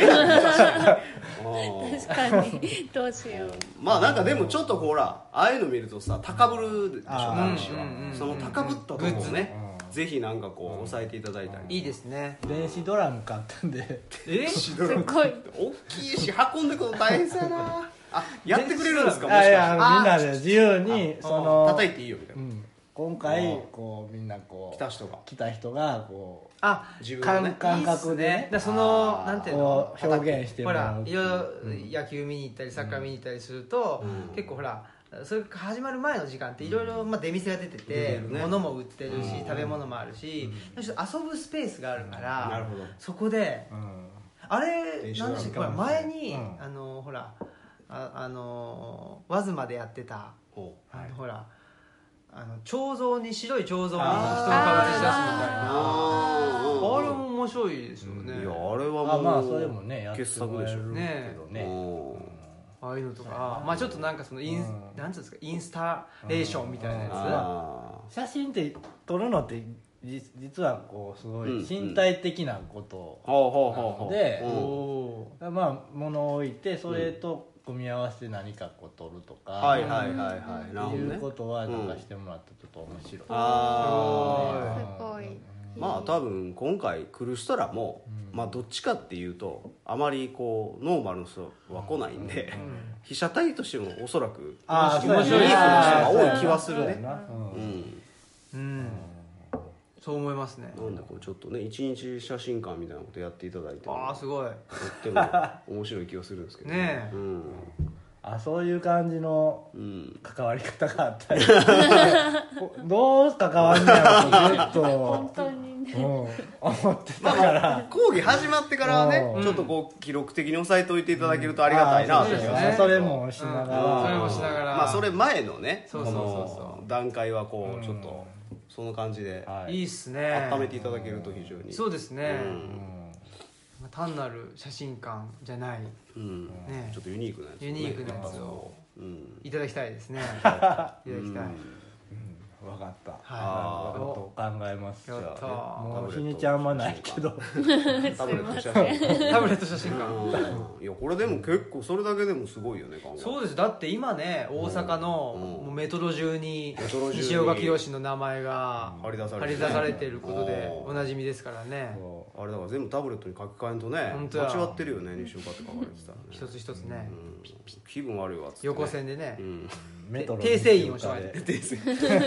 うん確かにどうしようまあなんかでもちょっとほらああいうの見るとさ高ぶるでしょあー男子は、 うんうんうんその高ぶったとこをグッズねうんぜひなんかこう抑えていただいたり、 いいですね電子ドラム買ったんでえすごい大きいし運んでくの大変そうやなあやってくれるんですかもしかあいしてやあのみんなで自由にその叩いていいよみたいうな、 ん今回こうみんなこう来た人が来た人がこあ自分のね感覚でねだからそのあーなんてういうのこう表現してもほらうらいろいろ野球見に行ったりサッカー見に行ったりすると、 うん結構ほらそれ始まる前の時間っていろいろまあ出店が出てて、 うんね物も売ってるし、 うん食べ物もあるし、ちょっと遊ぶスペースがあるから、 なるほどそこでう、うんあれ電子何でしたっけほらうん前に、 うんあのほらああのワズマでやってた、 ほあのほらあの彫像に白い彫像に人があ顔映し出すみたいなあーあれも面白いですよね、 いやあれはもうあまあそれもねやって傑作でしょもらえるけどねうんああいうのとか、まあちょっとなんかそのイン、 うんなんつうんですかインスタレーションみたいなやつ、 あ写真って撮るのってじ実はこうすごうんい身体的なことーほうほうほうほうでうんおーまあ物を置いてそれと組み合わせて何かこう撮るとか、 はいはいはいはいなるほどねいうことはなんかしてもらったらちょっと面白い、 あすごいあまあ多分今回来る人らも、 うんまあどっちかっていうとあまりこうノーマルの人は来ないんで、被写体としてもおそらくあー面白い人が多い気はするねそうやなうんうんうんそう思いますねなんでこうちょっとね一日写真館みたいなことやっていただいてああすごいとっても面白い気がするんですけどねえうんあそういう感じのうん関わり方があったりどう関わんねやろとずっ本と、 当にねうん、思ってたから講義始まってからはねうんちょっとこう記録的に押さえておいていただけるとありがたいなと思いますそうですねそれもしながうんら、 それもしながらまあそれ前のねこそうそうそうそうの段階はこううんちょっとその感じではいいいっすね温めていただけると非常にそうですね、 うんまあ単なる写真館じゃないうんねちょっとユニークなやつをねユニークなやつをうんいただきたいですねいただきたい、 うん分かった、 はいちょっと考えますやったじゃあねもう日にちあんまないけどタブレット写真タブレット写真館うんいやこれでも結構それだけでもすごいよね考えそうですだって今ね大阪のうんもうメトロ中にメトロ中に西尾垣吉の名前が張り出されて張り出されていることでうんおなじみですからねあれだから全部タブレットに書き換えんとね本当や間違ってるよね西岡って書かれてたらね一つ一つねうん気分悪いわっつってね横線でねうんメトロ訂正印をしまして訂正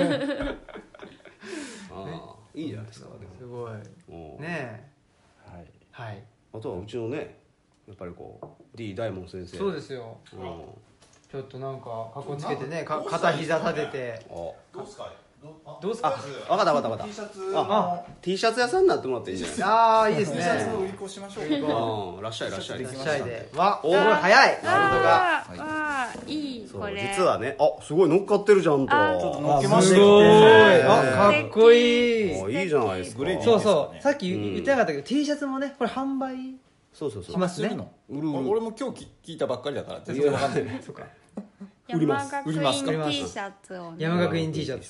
ああいいじゃないですかですごいもねはいえはいあとはうちのねやっぱりこう D 大門先生そうですようんちょっとなんかかっこつけてねか片膝立ててあどうすかどうすかあ分かった分かった分かっ T シャツたあの T シャツ屋さんになってもらっていいんじゃないですかああいいですね T シャツの売り子しましょううんらっしゃいらっしゃいできまシャイでわおお早いなるほどがわあわあいいそうこれ実はねあすごい乗っかってるじゃんとああちょっと乗っけましたすごいよあかっこいいいいじゃないですかグレーティそういいですかねそうさっき言ってなかったけど T シャツもねこれ販売そうそうそうしますねするの売る売る俺も今日聞いたばっかりだから全然わかんないそうか売ります山学売ります院 T シャツをね山学院 T シャツ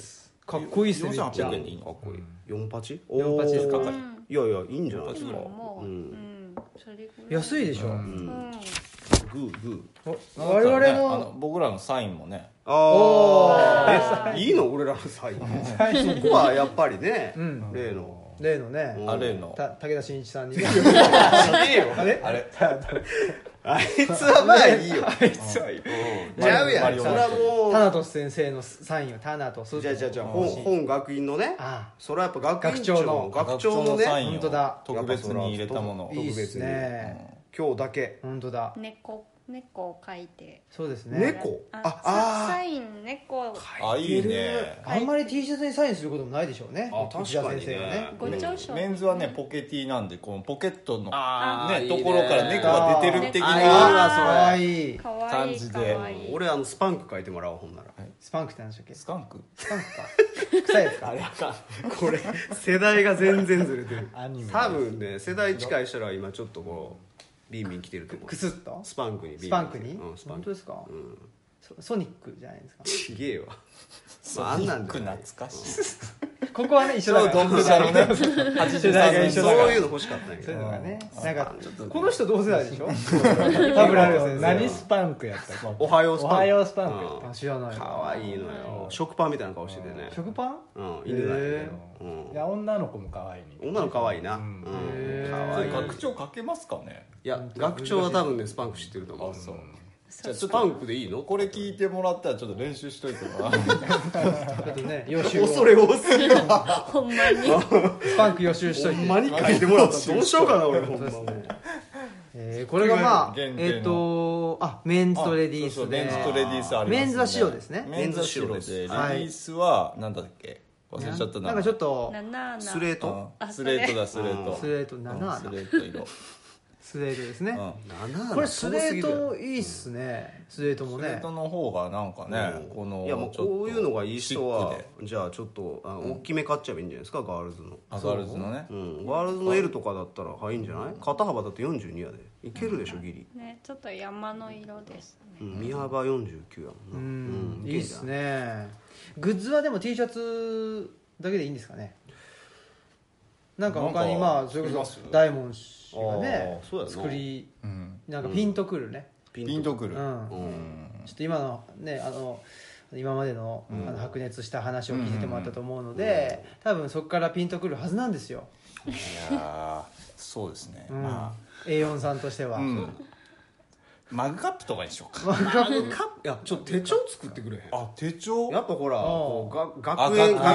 かっこいいっすねめっちゃよんせんはっぴゃくえんでいいのかっこいいよんパチよんパチですかうんいやいやいいんじゃないですかもう、 ううんん、それぐらい安いでしょ、 うんうんグーグーお我々 なんかねのあの僕らのサインもねああいいの俺らのサインそこはやっぱりねうん例の例のねうんあれのた武田真一さんにねあれあれあいつはまあいいよあいつはいいちゃうやマリオんそれはもタナトス先生のサインをタナトスうじゃあじゃあじゃあ本本学院のねあそれはやっぱ学院長の学学長のねサインを本当だ特別に入れたものをいいっすね今日だけ本当だ猫猫を描いてそうですね猫ああああサイン猫あいいねあんまり T シャツにサインすることもないでしょうねあ内田確かにね先生がねご著書メンズはねポケティなんでこのポケットのあーいいねねところから猫が出てる的あーいいわなそれかわいいかわいい感じでかわいい俺あのスパンク書いてもらおうほんならスパンクって何でしたっけスカンクスパンクか臭いですかあれあかんこれ世代が全然ずれてるアニメ多分ね世代近い人らは今ちょっとこうビンビン来てると思うクスッとスパンクにビンビンスパンクにうんスパンク本当ですかうんソソニックじゃないですかちげえわまああんなんじゃない懐かしいここはね一緒だからドンピシャのね世代が一緒だからそういうの欲しかったんやけそういうどのがねなんかこの人同世代でしょパブラル先生何スパンクやったかおはようスパンクおはようスパンクうんあ知らないかわいいのよ食パンみたいな顔しててね食パンうん犬なんやけどいや女の子も可愛いねうん女の子かわいいなうんうんへーかわいい学長かけますかねいや学長は多分ねスパンク知ってると思うそうじゃあスパンクでいいのこれ聞いてもらったらちょっと練習しといてもらうちょっとね予習を恐れ多すぎるほんまにスパンク予習しといてほんまに書いてもらったらどうしようかな俺ほんまもうえーこれがまあ限定のえっとあメンズとレディースそうそうメンズでとレディースありますねメンズは白ですねメンズは白でレディはいースはなんだっけ忘れちゃったななんかちょっとなななスレートあスレートだスレートスレートななうんスレート色スレートですねうんななこれスレートいいっすねスレートもねスレートの方がなんかねこのいやもうこういうのがいい人はシックでじゃあちょっとあの大きめ買っちゃえばいいんじゃないですかガールズのあガールズのねうんガールズの L とかだったらはいいんじゃない肩幅だとよんじゅうにやでいけるでしょギリねちょっと山の色ですねうん身幅よんじゅうきゅうやうもんなうんんいいっすねグッズはでも T シャツだけでいいんですかねなんか他になんかまあそれこ作りますそ大門氏がねあーそうやな作りうんなんかピンとくるねピピンとくるうんうんちょっと今のねあの今までの,、あの白熱した話を聞いてもらったと思うので、多分そこからピンとくるはずなんですよ、 いやーそうですねうんまエーよん さんとしては、 あうんマグカップとかにしようかいやちょっと手帳作ってくれへんあ手帳やっぱほらあーこうが学あ園学院として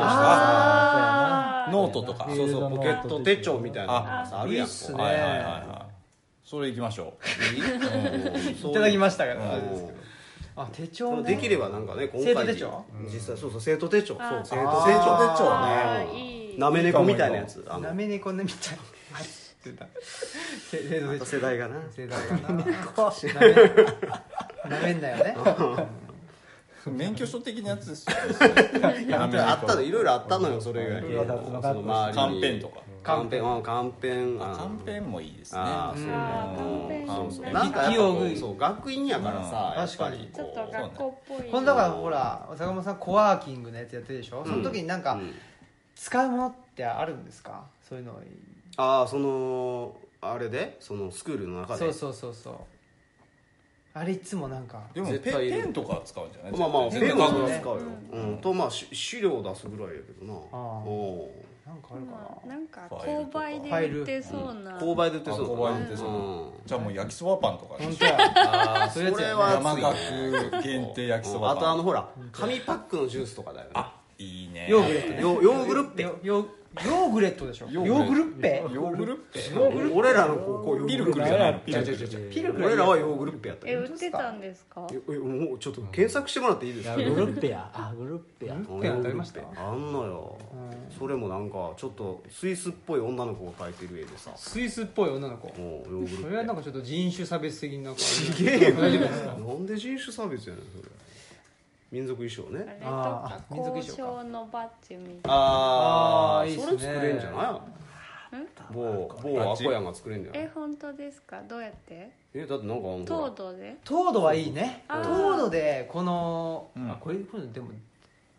ああノートとかそうそうポケット手帳みたいなのあさあるやんいいっすねはいはいはいはいそれいきましょういただきましたから、 うんあれですけどあ手帳ねでもできればなんかね今生回徒手帳実際そうそう生徒手帳そうあ生徒手帳あーいいなめ猫みたいなやつあのなめ猫ねみたいな出たせ生徒また手帳世代がな世代かななめなめんなよね免許証的なやつですよあったのいろいろあったのよそれ以外に黒脱のその周りカにンペンとかカンペンうんカンペンあカンペンもいいですねあーそうあーカンペンそうそうねなんかやっぱこ器用うそう学院やからさうん確かにやっぱりちょっとこう学校っぽいこのだからほら坂本さんコワーキングのやつやってるでしょ、その時になんかうん使うものってあるんですかそういうのああそのあれでそのスクールの中でそうそうそうそうあれいつもなんかでもペ絶対いるペンとか使うんじゃないまあまあ絶対ペンは書くね使うよ、うんとまあし資料出すぐらいやけどなあーおなんかあるかまあななんかファイルとか購買で売ってそうな購買で売ってそうだなあ購買で売ってそううんじゃあもう焼きそばパンとかに本当やあーそういうやつやねそれは山熱いね岳限定焼きそばパンあとあのほら紙パックのジュースとかだよねあいいねヨーグレットねヨヨーグルッペヨヨヨーグレットでしょヨヨーグルッーグルペヨーグルッペ俺らのこうこうピルクルじゃないのピ違うルクル違う違うピルクル俺らはヨーグルッペやったえよ売ってたんですかええもうちょっと検索してもらっていいですかグルッペやあグルッペやグルッペなんてありましたあんのよそれもなんかちょっとスイスっぽい女の子が描いてる絵でさスイスっぽい女の子もうヨーグルッペそれはなんかちょっと人種差別的になんかちげえよ大丈夫ですかなんで人種差別やねんそれ民族衣装ねあれとあかー民族衣交装か渉のバッジみたいなああーいいっすねそれ作れんじゃない某某アコヤが作れんじゃないえ本当ですかどうやってえだってなんかあのほら糖度で糖度はいいねあー糖度でこの、 うんあこれこれでも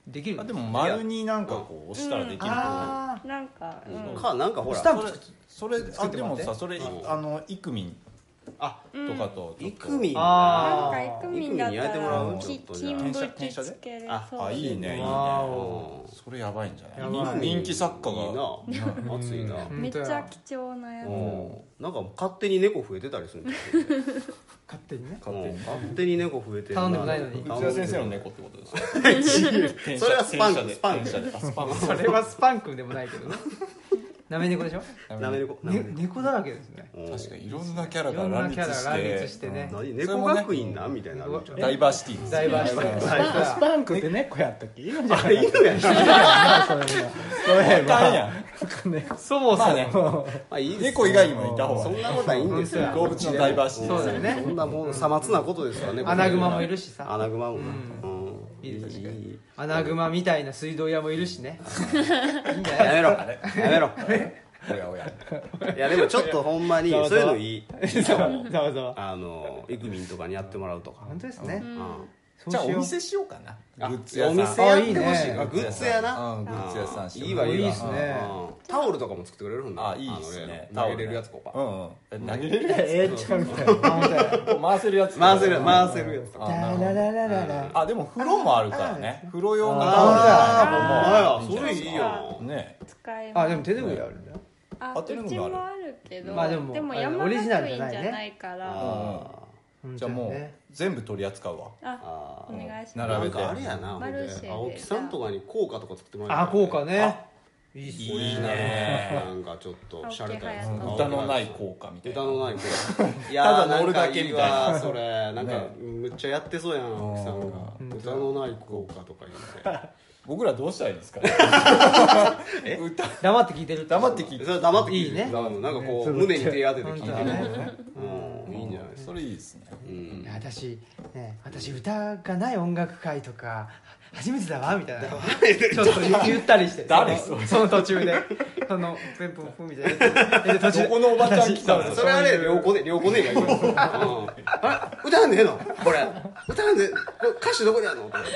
できる。 あでも丸になんかこう押したらできると思う、 あなんか、うん、 かなんかほらスタンプそれそれあでも作ってもらってさそれあのイクミンあとかとイクミンあなんかイクミンだったイクミン焼いてもらうらきちょっとじゃあ金縁つけれそうあいいねいいねわおそれやばいんじゃやばいない人気作家いいがな熱いなめっちゃ貴重なやつうんなんか勝手に猫増えてたりするんですよ勝手にね。 勝手に勝手に猫増えてる頼んでもないのに内田先生の猫ってことですかそれはスパンクスパンクススパンクそれはスパンクでもないけどね。なめ猫でしょ。 なめ猫なめね、猫だらけですね。 猫確かにいろんなキャラいろんが乱なキャラが立して乱立してね。 何それ猫もね学院なんみたいなのあるじゃんダイバーシティですダイバーシティ。 スパンクって猫やったっけ犬じゃないあ犬やなそれはあかんやんそもそも、 まあねあいいです猫以外にもいた方がそんなことはいいんですよ動物のダイバーシティそうだよねそんなもうさまつなことですからねアナグマもいるしさ。 アナグマもうんうんいいですいいアナグマみたいな水道屋もいるしね。いいんじゃないやめろやめろおやおやいやでもちょっとほんまにそういうのいいざわざわざわ。 あのイクミンとかにやってもらうとか本当ですね。 うんじゃあおそうしよう店しようかなあグッズ屋さんお店やってほしいあいいねあグッズ屋なうんグッズ屋さんしよういいわいいわいいっすねうんタオルとかも作ってくれるんだあいいっすねあの例の投げれるやつとかうんうん投げれるやえー、違うみたいな。あ本当やつ回せるやつ回せる回せるやつとかあなるほどラララララあでも風呂もあるからね風呂用のあタオルーそれいいよね使えますあ、でも手拭いあるんだよ。 ああ手う拭いもあるちもあるけど、 まあでもあの山オリジナル学じゃないね院じゃないからあじゃあもうね全部取り扱うわああお願いしーます並べてなんかあれやなほんでマルシェで青木さんとかに効果とか作ってもらえあ、効果ね。 あいいっすオリジナルなんかちょっと洒落たやつ青木隼人歌のない効果みたいな歌のない効果いやただ乗るーなんかだけみたいないいわそれなんかむっちゃやってそうやん青木さんがうん歌のない効果とか言って僕らどうしたらいいですか歌黙って聞いてる。 黙って聞いてそれ黙って聞いていいねうんなんかこう胸に手当てて聞いてる本当だねうんいいんじゃないですかそれいいですねうんいや私ね、私歌がない音楽会とか初めてだわみたいなちょっと言ったりして誰そのその途中でそのプンプンプンみたいなで途中でどこのおばちゃん来たの私それはね両子で両子ねがいいようんあれ歌わんでええのこれ歌わんでこれ歌詞どこにあるのこれ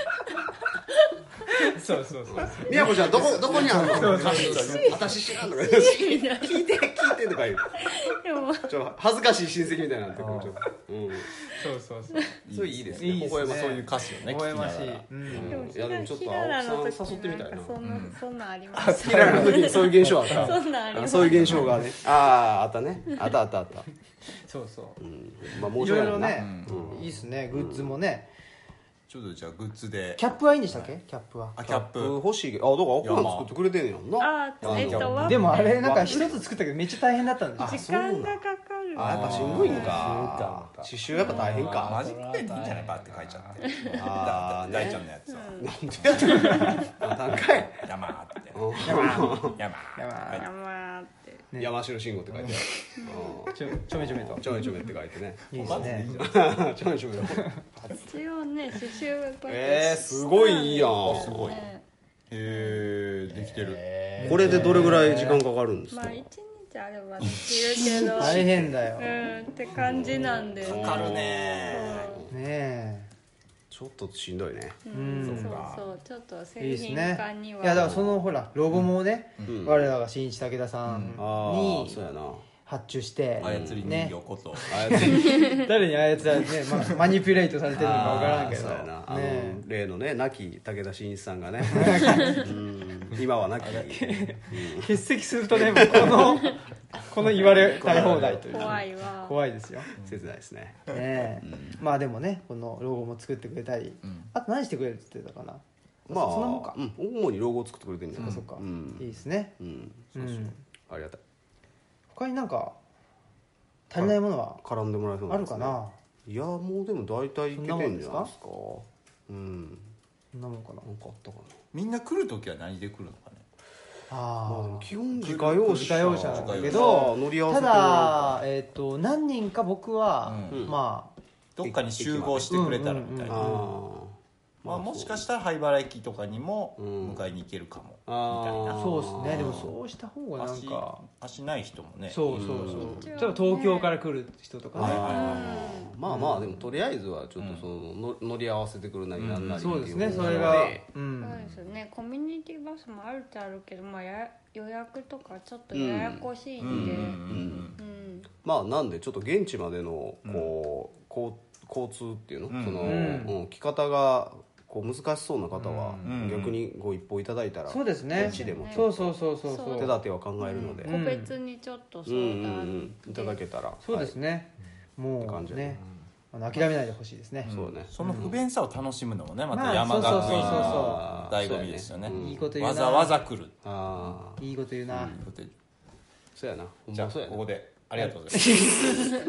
そうそうそう宮子ちゃんどこどこにあるのそうそう私知らんとか言って聞いて聞いてとか言うでもちょ恥ずかしい親戚みたいになってくるちょっとうんそうそうそうそれいいですいいですねね微笑まそういう歌詞をね微笑ましい聞きながらうんでもいやでもちょっとひららの青木時さん誘ってみたいななんかそんなそんなんありましキララの時にそういう現象あったそんなんありましたあそういう現象がねあああったねあったあったあったそうそううんまあ申いし訳ないなろいろねうんいいっすねグッズもねちょっとじゃあグッズでキャップはいいんでしたっけキャップはあキャップ欲しいけどあだから奥さん作ってくれてんねやんなあえっとのワッペンでもあれなんか一つ作ったけどめっちゃ大変だったんですよ時間がかかるあやっぱしんどいんかあ刺繍やっぱ大変マかジックペンでいいんじゃないバーって書いちゃってあーね大ちゃんのやつはあ高い山ーってうん山山はい山ってね山城信号って書いてあるちょちょめちょめとうんちょめちょめって書いてねいいですねちょめちょめ一応ね刺繍がこうやってえーすごいいいやんすごいねへえできてるこれでどれぐらい時間かかるんですかまあ一日あればできるけど大変だようねんって感じなんでかかるねえちょっとしんどいねううんんそうそうかそうちょっといい製品ですね化にはいやだからそのほらロゴもねうん我らが新一武田さんああにそうやな発注して操り人ね形ことあやつ誰に操られてねまマニピュレートされてるのか分からんけどそうやなあのね例のね亡き武田真一さんがねうん今は亡き欠席するとねもうこのこの言われたい放題という怖いわ怖いですよ切ないですねねえまあでもねこのロゴも作ってくれたりあと何してくれるって言ってたかなまあそんなもんかうん主にロゴを作ってくれてるんじゃないそっかうんいいですねうんうそうんそうありがたい他になんか足りないものは絡んでもらえそうなんですねあるかないやもうでも大体いけてんじゃないですかそうんそんなもんかななんかあったかなみんな来るときは何で来るのかねあまあでもあ基本自家用車自家用車なんだけあどー乗り合わせたてだえっと何人か僕はうんまあどっかに集合してくれたらみたいあなあまあ、もしかしたら灰原駅とかにも迎えに行けるかも、みたいな。 そうですね。でもそうした方がなんか足, 足ない人もね。 そうそうそう、例えば東京から来る人とかね、 まあまあでもとりあえずはちょっとその、うん、乗り合わせてくるなりなんなり、 そうですね。それが、 うん、そうですよね。コミュニティバスもあるっちゃあるけど、まあ、や予約とかちょっとややこしいんで、 まあなんでちょっと現地までのこう、うん、交通っていうの、うん、その、うん、来方がこう難しそうな方は逆にご一報いただいたら、 そうですね。 現地でもそうそうそうそうそう、 手立ては考えるので、 個別にちょっと相談いただけたら、 そうですね。もうね、あの諦めないでほしいですね。 そうね。 その不便さを楽しむのもね、また山学院の醍醐味ですよね。 いいこと言うな。 わざわざ来る。 ああ、いいこと言うな。 そうやな。 じゃあここでありがとうございます。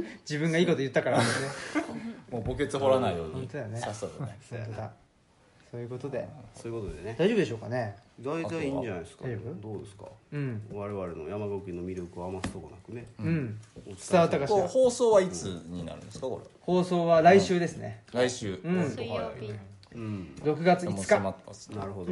自分がいいこと言ったからね。 もう墓穴掘らないように。 本当だね。 さっさとね。 本当だ。そういうことで。 そういうことでね。 大丈夫でしょうかね。 大体いいんじゃないですか。 大丈夫？ どうですか。 うん。 我々の山国の魅力を余すとこなくね。 うん。伝わったかしら。 放送はいつになるんですかこれ。 放送は来週ですね。 来週。 うん。 水曜日。 うん。 ろくがついつか。 なるほど。 うん。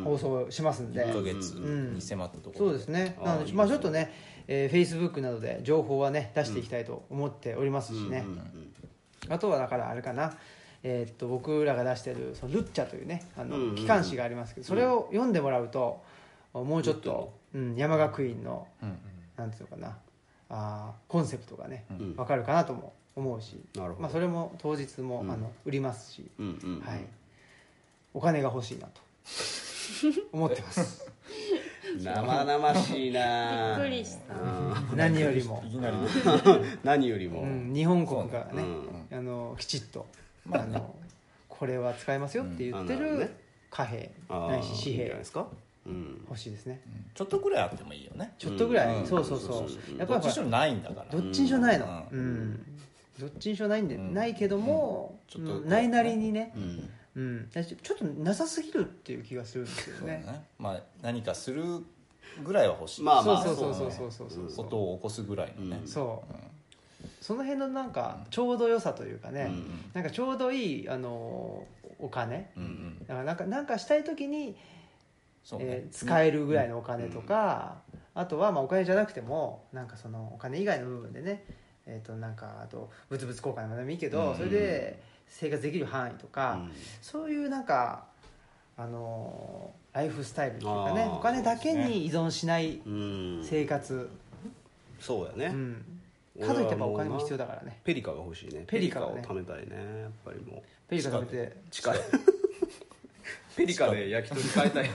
放送しますんで。 いっかげつに迫ったところ。 そうですね。なのでまあちょっとね、えー、Facebook などで情報はね出していきたいと思っておりますしね。あとはだからあれかな。えー、っと僕らが出してるそのルッチャというねあの機関誌がありますけど、それを読んでもらうともうちょっと、うん、山学院の、うん、なんていうのかなあコンセプトがね、うん、分かるかなとも思うし、まあ、それも当日も、うん、あの売りますし、うんうんうん、はい、お金が欲しいなと思ってます生々しいな。 びっくりした。 何よりもいきなり何よりも、 うん、日本国がね、うん、あのきちっとあのこれは使えますよって言ってる貨幣ないし紙幣ですか、 うん、欲しいですね、 うん、ちょっとぐらいあってもいいよね。 ちょっとぐらい、うん、そうそうそう、うん、やっぱりどっちにしろないんだから。 どっちにしろないの、うん、うん、どっちにしろないんで、うん、ないけども、うん、ちょっとないなりにね、うんうん、ちょっとなさすぎるっていう気がするんですけど ね, ね、 まあ、何かするぐらいは欲しい、 まあまあそうそうそうそうそうそうそうことを起こすぐらいのね、 うん、そう、うん、その辺のなんかちょうど良さというかね、うん、なんかちょうどいいあのお金、うんうん、だからなんかなんかしたい時に、そうね、えー、使えるぐらいのお金とか、うん、あとはまあお金じゃなくてもなんかそのお金以外の部分でね、えー、となんかあと物々交換でもいいけど、うん、それで生活できる範囲とか、うん、そういうなんかあのライフスタイルっていうかね、お金だけに依存しない生活、うん、 そうやね、うん、 かといってお金も必要だからね。 ペリカが欲しいね。 ペリカを貯めたいね、やっぱりもうペリカ貯めて地下でペリカで焼き鳥買いたい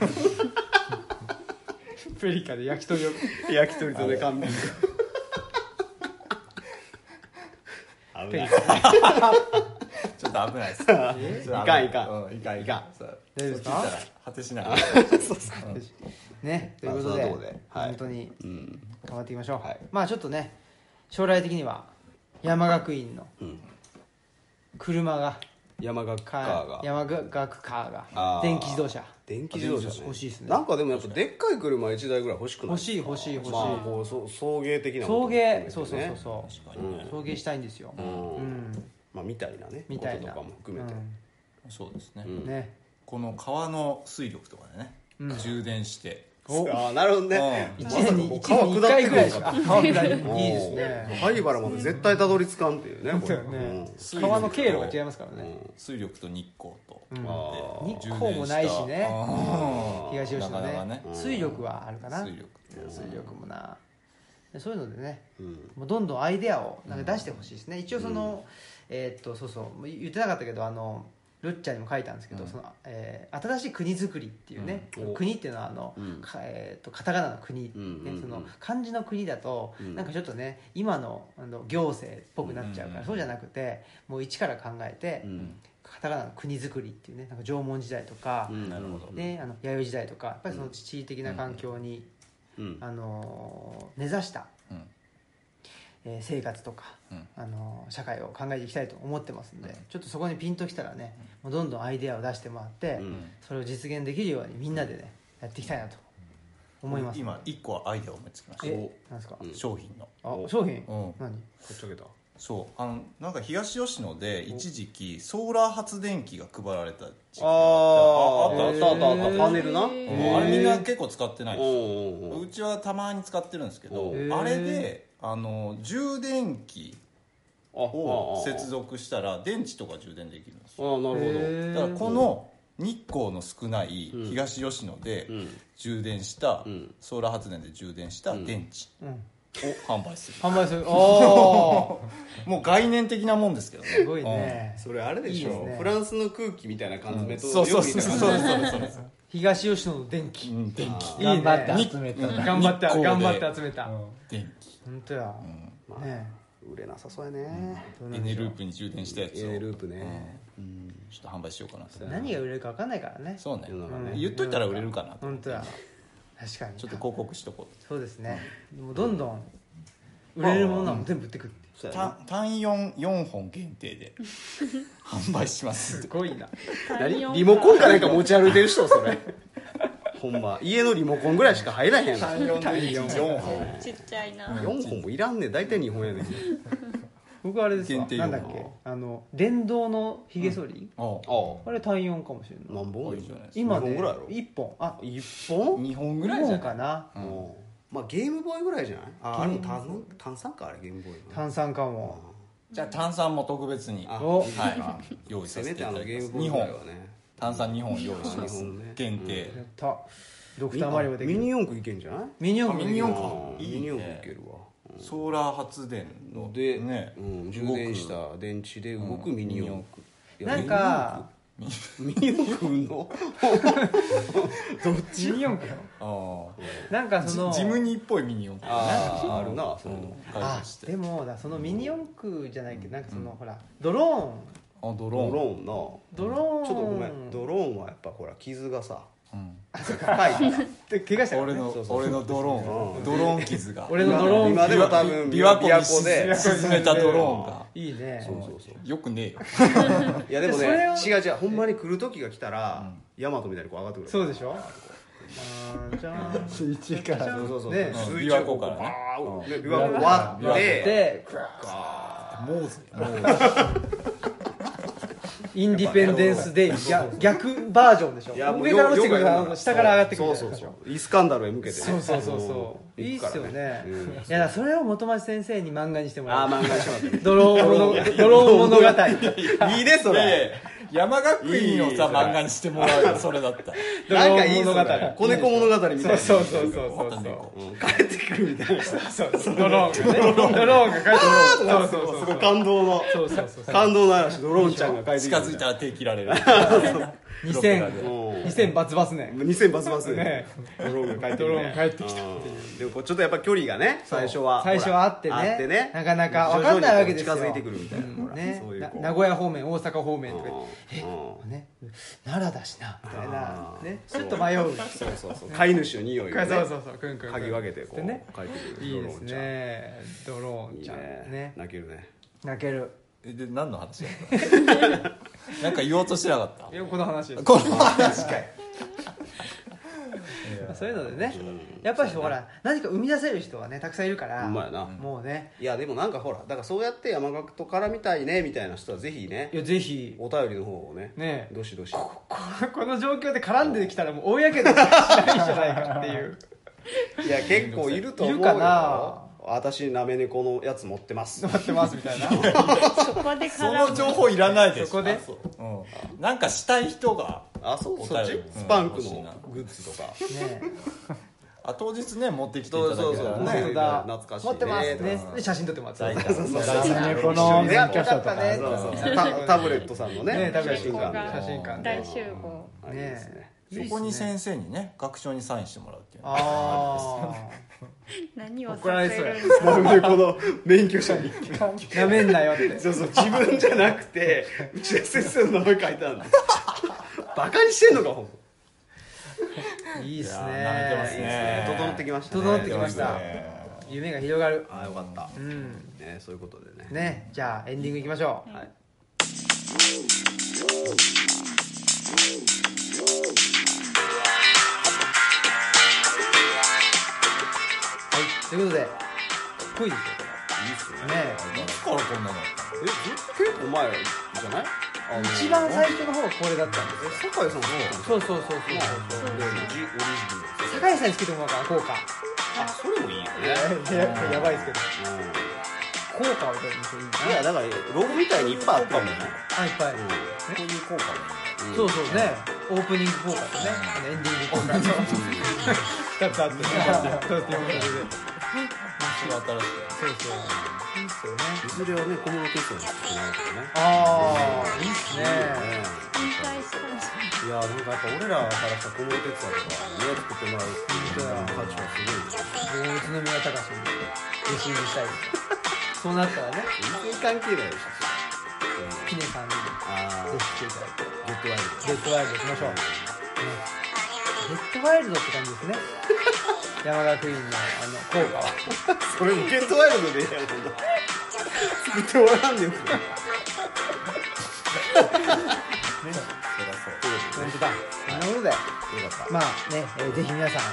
ペリカで焼き鳥を焼き鳥とね缶ビール危ないちょっと危ないです。いかんいかん、 うん、いかんいかん。 大丈夫ですか？ 果てしない。 そうそう。ね、ということで、まあ、本当に頑張っていきましょう。はい、まあちょっとね、将来的には山学院の車が、 山学カーが、 山学カーが電気自動車。 電気自動車、ね、 欲しいですね。 なんかでもやっぱでっかい車いちだいぐらい欲しくない？ 欲しい欲しい欲しい。まあこうそ送迎的な、 送迎、そうそうそうそう。確かにね、送迎したいんですよ。うん。うん、 まあみたいなね。 みたいなこととかも含めて。 うん、そうですね。 うん、ね。 この川の水力とかでね、うん、充電して。 ああなるほどね。 一年に一年に一回ぐらいしか。川下りいいですね。 灰原まで絶対たどり着かんっていうね。 これね。川の経路が違いますからね。 水力と日光と。 日光もないしね。東吉野ね。水力はあるかな。 水力。 水力もな。そういうのでね、もうどんどんアイデアをなんか出してほしいですね。一応そのえっとそうそう言ってなかったけどあの。ルッチャにも書いたんですけど、うん、そのえー、新しい国づくりっていうね、うん、国っていうのはあの、うん、えー、とカタカナの国、うんね、その漢字の国だと、うん、なんかちょっとね今のあの行政っぽくなっちゃうから、うん、そうじゃなくてもう一から考えて、うん、カタカナの国づくりっていうねなんか縄文時代とか、うんなるほどね、あの弥生時代とかやっぱりその地理的な環境に、うん、あの根ざした、うんえー、生活とか、うん、あの社会を考えていきたいと思ってますんで、うん、ちょっとそこにピンときたらね、もうどんどんアイデアを出してもらって、うん、それを実現できるようにみんなでねやっていきたいなと思います。 今いっこアイデアを思いつきました。 え、なんですか？ 商品の。 あ、商品？ うん、 何？ こっちゃけた。 そうあのなんか東吉野で一時期ソーラー発電機が配られた時期がああああったあったあったあったパネルな、 うんあれみんな結構使ってないでしょ。 おうおうおううちはたまに使ってるんですけどへーあれであの充電器を接続したら電池とか充電できるんですよ。 ああなるほど、 へだからこの日光の少ない東吉野でうん充電したんソーラー発電で充電した電池うんを販売する、 販売するおもう概念的なもんですけどね。 すごいねそれあれでしょいいですねフランスの空気みたいな缶詰とそうそうそうそうよく似たそう感じそう東吉野の電気うん電気いいね頑張って集めたな頑張って日光で頑張って集めた電気本当やまあね売れなさそうやね、 エネループに充電したやつをエネループね、 うんちょっと販売しようかなと。 何が売れるか分かんないからねそうね世の中ね言っといたら売れるかなと本当や確かにちょっと広告しとこう。 そうですねもうどんどん売れるものはもう全部売ってくるそうやな単単よん、よんほん限定で販売しますすごいな何リモコンかなんか持ち歩いてる人それほんま家のリモコンぐらいしか入らへん単よんでよんほんちっちゃいな、 よんほんもいらんねん大体にほんやねん僕あれですわ限定用なんだっけあの電動のひげ剃りあああれ単四かもしれない何本いいじゃないですか今ね二本ぐらいやろいっぽんあ一本にほんぐ 2 らいじゃない本かなうんまあゲームボーイぐらいじゃないああれも炭酸炭酸かあれゲームボーイの炭酸かもじゃあ炭酸も特別にあおはい用意させめてあせていただのゲームボーきますにほんイぐらいはね炭酸にほん用意しますあにほんね限定やったドクターマリオできるミニ四駆いけんじゃないミニ四駆あミニ四できる駆いいねミニ四駆いけるわソーラー発電ので、 ねうん、充電した電池で動くミニ四駆、いやなんかミニ四駆のミニ四駆あなんかそのあジムニーっぽいミニ四駆ねあああるなそれも開あ発してでもだそのミニ四駆じゃないけどなんかそのほらドロあドドローンローンなーンドローンちょっとごめんドローンはやっぱほら傷がさうん深いからで怪我したからね俺のそうそう俺のドローうんンドローン傷が俺のドローン今でも多分琵琶湖に琵琶湖で沈めたドローンがいいねそうそうそうよくねえよいやでもそれをね違う違うほんまに来る時が来たらヤマトみたいにこう上がってくるそうでしょあーじゃあ水中からそうそうそうねうん水中琵琶湖からねバーッね琵琶湖割ってでモーゼインディペンデンスデイ逆逆バージョンでしょいやもう上から落ちてくるよくやるな下から上がってくるそうそうそうイスカンダルへ向けてねそうそうそうそううんいいっすよ行くからねうんいやだからそれを元町先生に漫画にしてもらうああ漫画にしまってドローン物ドローン物語いいねそれいやいや山学院をさ漫画にしてもらうよそれだったらなんかいいドローン物語子猫物語みたいなそうそうそうそうそうそううん帰ってくるみたいなそうそうドローンがねドローンが帰ってくるそうそうそうすごい感動のそうそうそう感動の嵐ドローンちゃんが帰ってくる近づいたら手切られるにせんうんにせんバツバツねにせんバスバスねドローンが帰ってきてドローンが帰ってきたうんでもこうちょっとやっぱ距離がね最初は最初はあってねあってねなかなか分かんないわけですよ徐々にこう近づいてくるみたいなほらねそういうこうな名古屋方面大阪方面とか言ってうんね奈良だしなみたいなあーねちょっと迷うそうそうそう飼い主の匂いをねそうそうそうくんくん嗅ぎ分けてこうでね帰ってくるいいですねドローンちゃんいいねね泣けるね泣けるえで何の話やったなんか言おうとしてなかったいやこの話ですこの話かいそういうのでねやっぱりほら何か生み出せる人はねたくさんいるからほんまやなもうねいやでもなんかほらだからそうやって山岳と絡みたいねみたいな人はぜひねいやぜひお便りの方をねねどしどしここの状況で絡んできたらもう大やけどしないんじゃないかっていういや結構いると思うよいるかな私なめ猫のやつ持ってます待ってますみたいなそこでそ絡むの情報いらないでしょそこでうん、なんかしたい人があそうおそっち便りスパンクの欲しいなグッズとかねあ当日ね持ってきていただけたらそうそうそう本ね当だ懐かしいね持ってますねとかで写真撮ってもらって大体そうそうそうダメ猫の免許証とかねそうそうそうタタブレットさんのねねタブレット写真館がで写真館で大集合あいいですねそこに先生にね学長にサインしてもらうっていうのあ何を怒られそうやさせるんだなんでこの免許証にあなめんなよってそうそう自分じゃなくて内田先生の名前書いてあるんだバカにしてんのかほんといいっすいやー舐めねてますね整ってきましたね整ってきましたね夢が広がるあよかったうんねそういうことでねねじゃあエンディングいきましょうはいはいということでかっこいいですよこいっすねねいつからこんなのあったの？ えず結構前じゃない？あの一番最初の方はこれだったんですよ。 え酒井さんもそうそうそうそうまあでジオリジナル酒井さんにつけてもらおうかな、効果。 あそれもいいよねややばいですけど、 う効果をいただきましょう。いいんいやだからロゴみたいにいっぱいあったもんねあ、いっぱい。 うこういう効果もいいね。 そうそうね、オープニング効果とね、あのエンディング効果とふたつあってね、そうっていうことで、 それ新しい。 そうそう、いいっすよね。 いずれはね小室哲哉に作ってもらうからねああ、いいっすね。 引退したんですいやなんかやっぱ俺らからしたら小室哲哉とかね作ってもらうっていう価値はすごいですよ僕も宇都宮隆に弟子入りしたいです。そうなったらね、 全然関係ないでしょキネさんにあぜひ来ていただいて、 ゲットワイルドゲットワイルドしましょう。ね、ゲットワイルドって感じですね。山田クイーンのあの効果は。 それもゲットワイルドでいいやんほんと作ってもらわんでよ本当だ。そんなことで、 よかったまあね、えーぜひ皆さん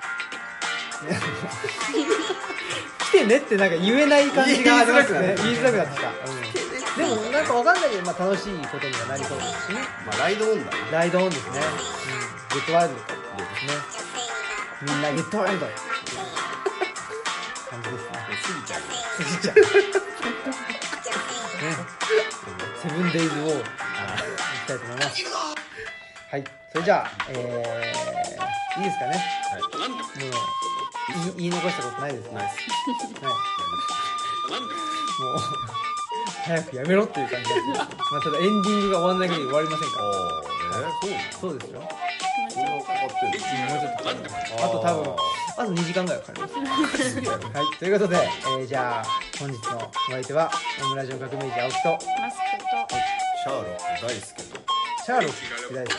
来てねってなんか言えない感じがありますね。言いづらくなってきた。うん、でもなんかわかんないけど、まあ楽しいことにはなりそうですしね。 まあライドオンだねライドオンですね。うん、ゲットワイルドとですね。みんなゲットワイルド。感じですね。 過ぎちゃう。 過ぎちゃう。ね。セブンデイズウォー、いきたいと思います。はい、それじゃあ、えー、いいですかね。 はい。 もう言い言い残したことないですね。 ナイスはい。もう早くやめろっていう感じです。まあただエンディングが終わんない限り終わりませんから。 ああ、えー、そうなの？ そうですよ。 そんなかかってるの？ もうちょっとかかります。あと多分あとにじかんぐらいかかります。はい、ということで、えー、じゃあ本日のお相手はオムラジオ革命児青木とマスクとシャーロック大好きとシャーロック大好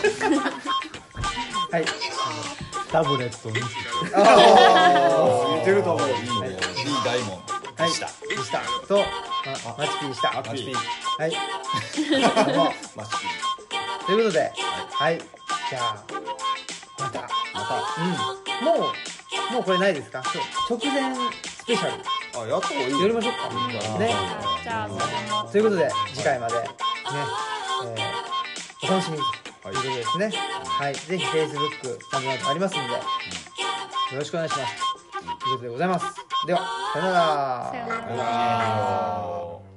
き。はい。 タブレット見せてああ、 言ってると思ういいね。D 大門はい、 でした。 でしたと、ま、マチピーした。 マチピーはい。どうもマチということで、はい、じゃあまた、 またうん、もうもうこれないですか？直前スペシャルあやった方がいいよやりましょうか。ね。 じゃあそれもということで次回までね、えー、お楽しみにということですね。はい、ぜひ Facebook などなどありますので、よろしくお願いします。ということでございます。では、さよなら。 さよならあー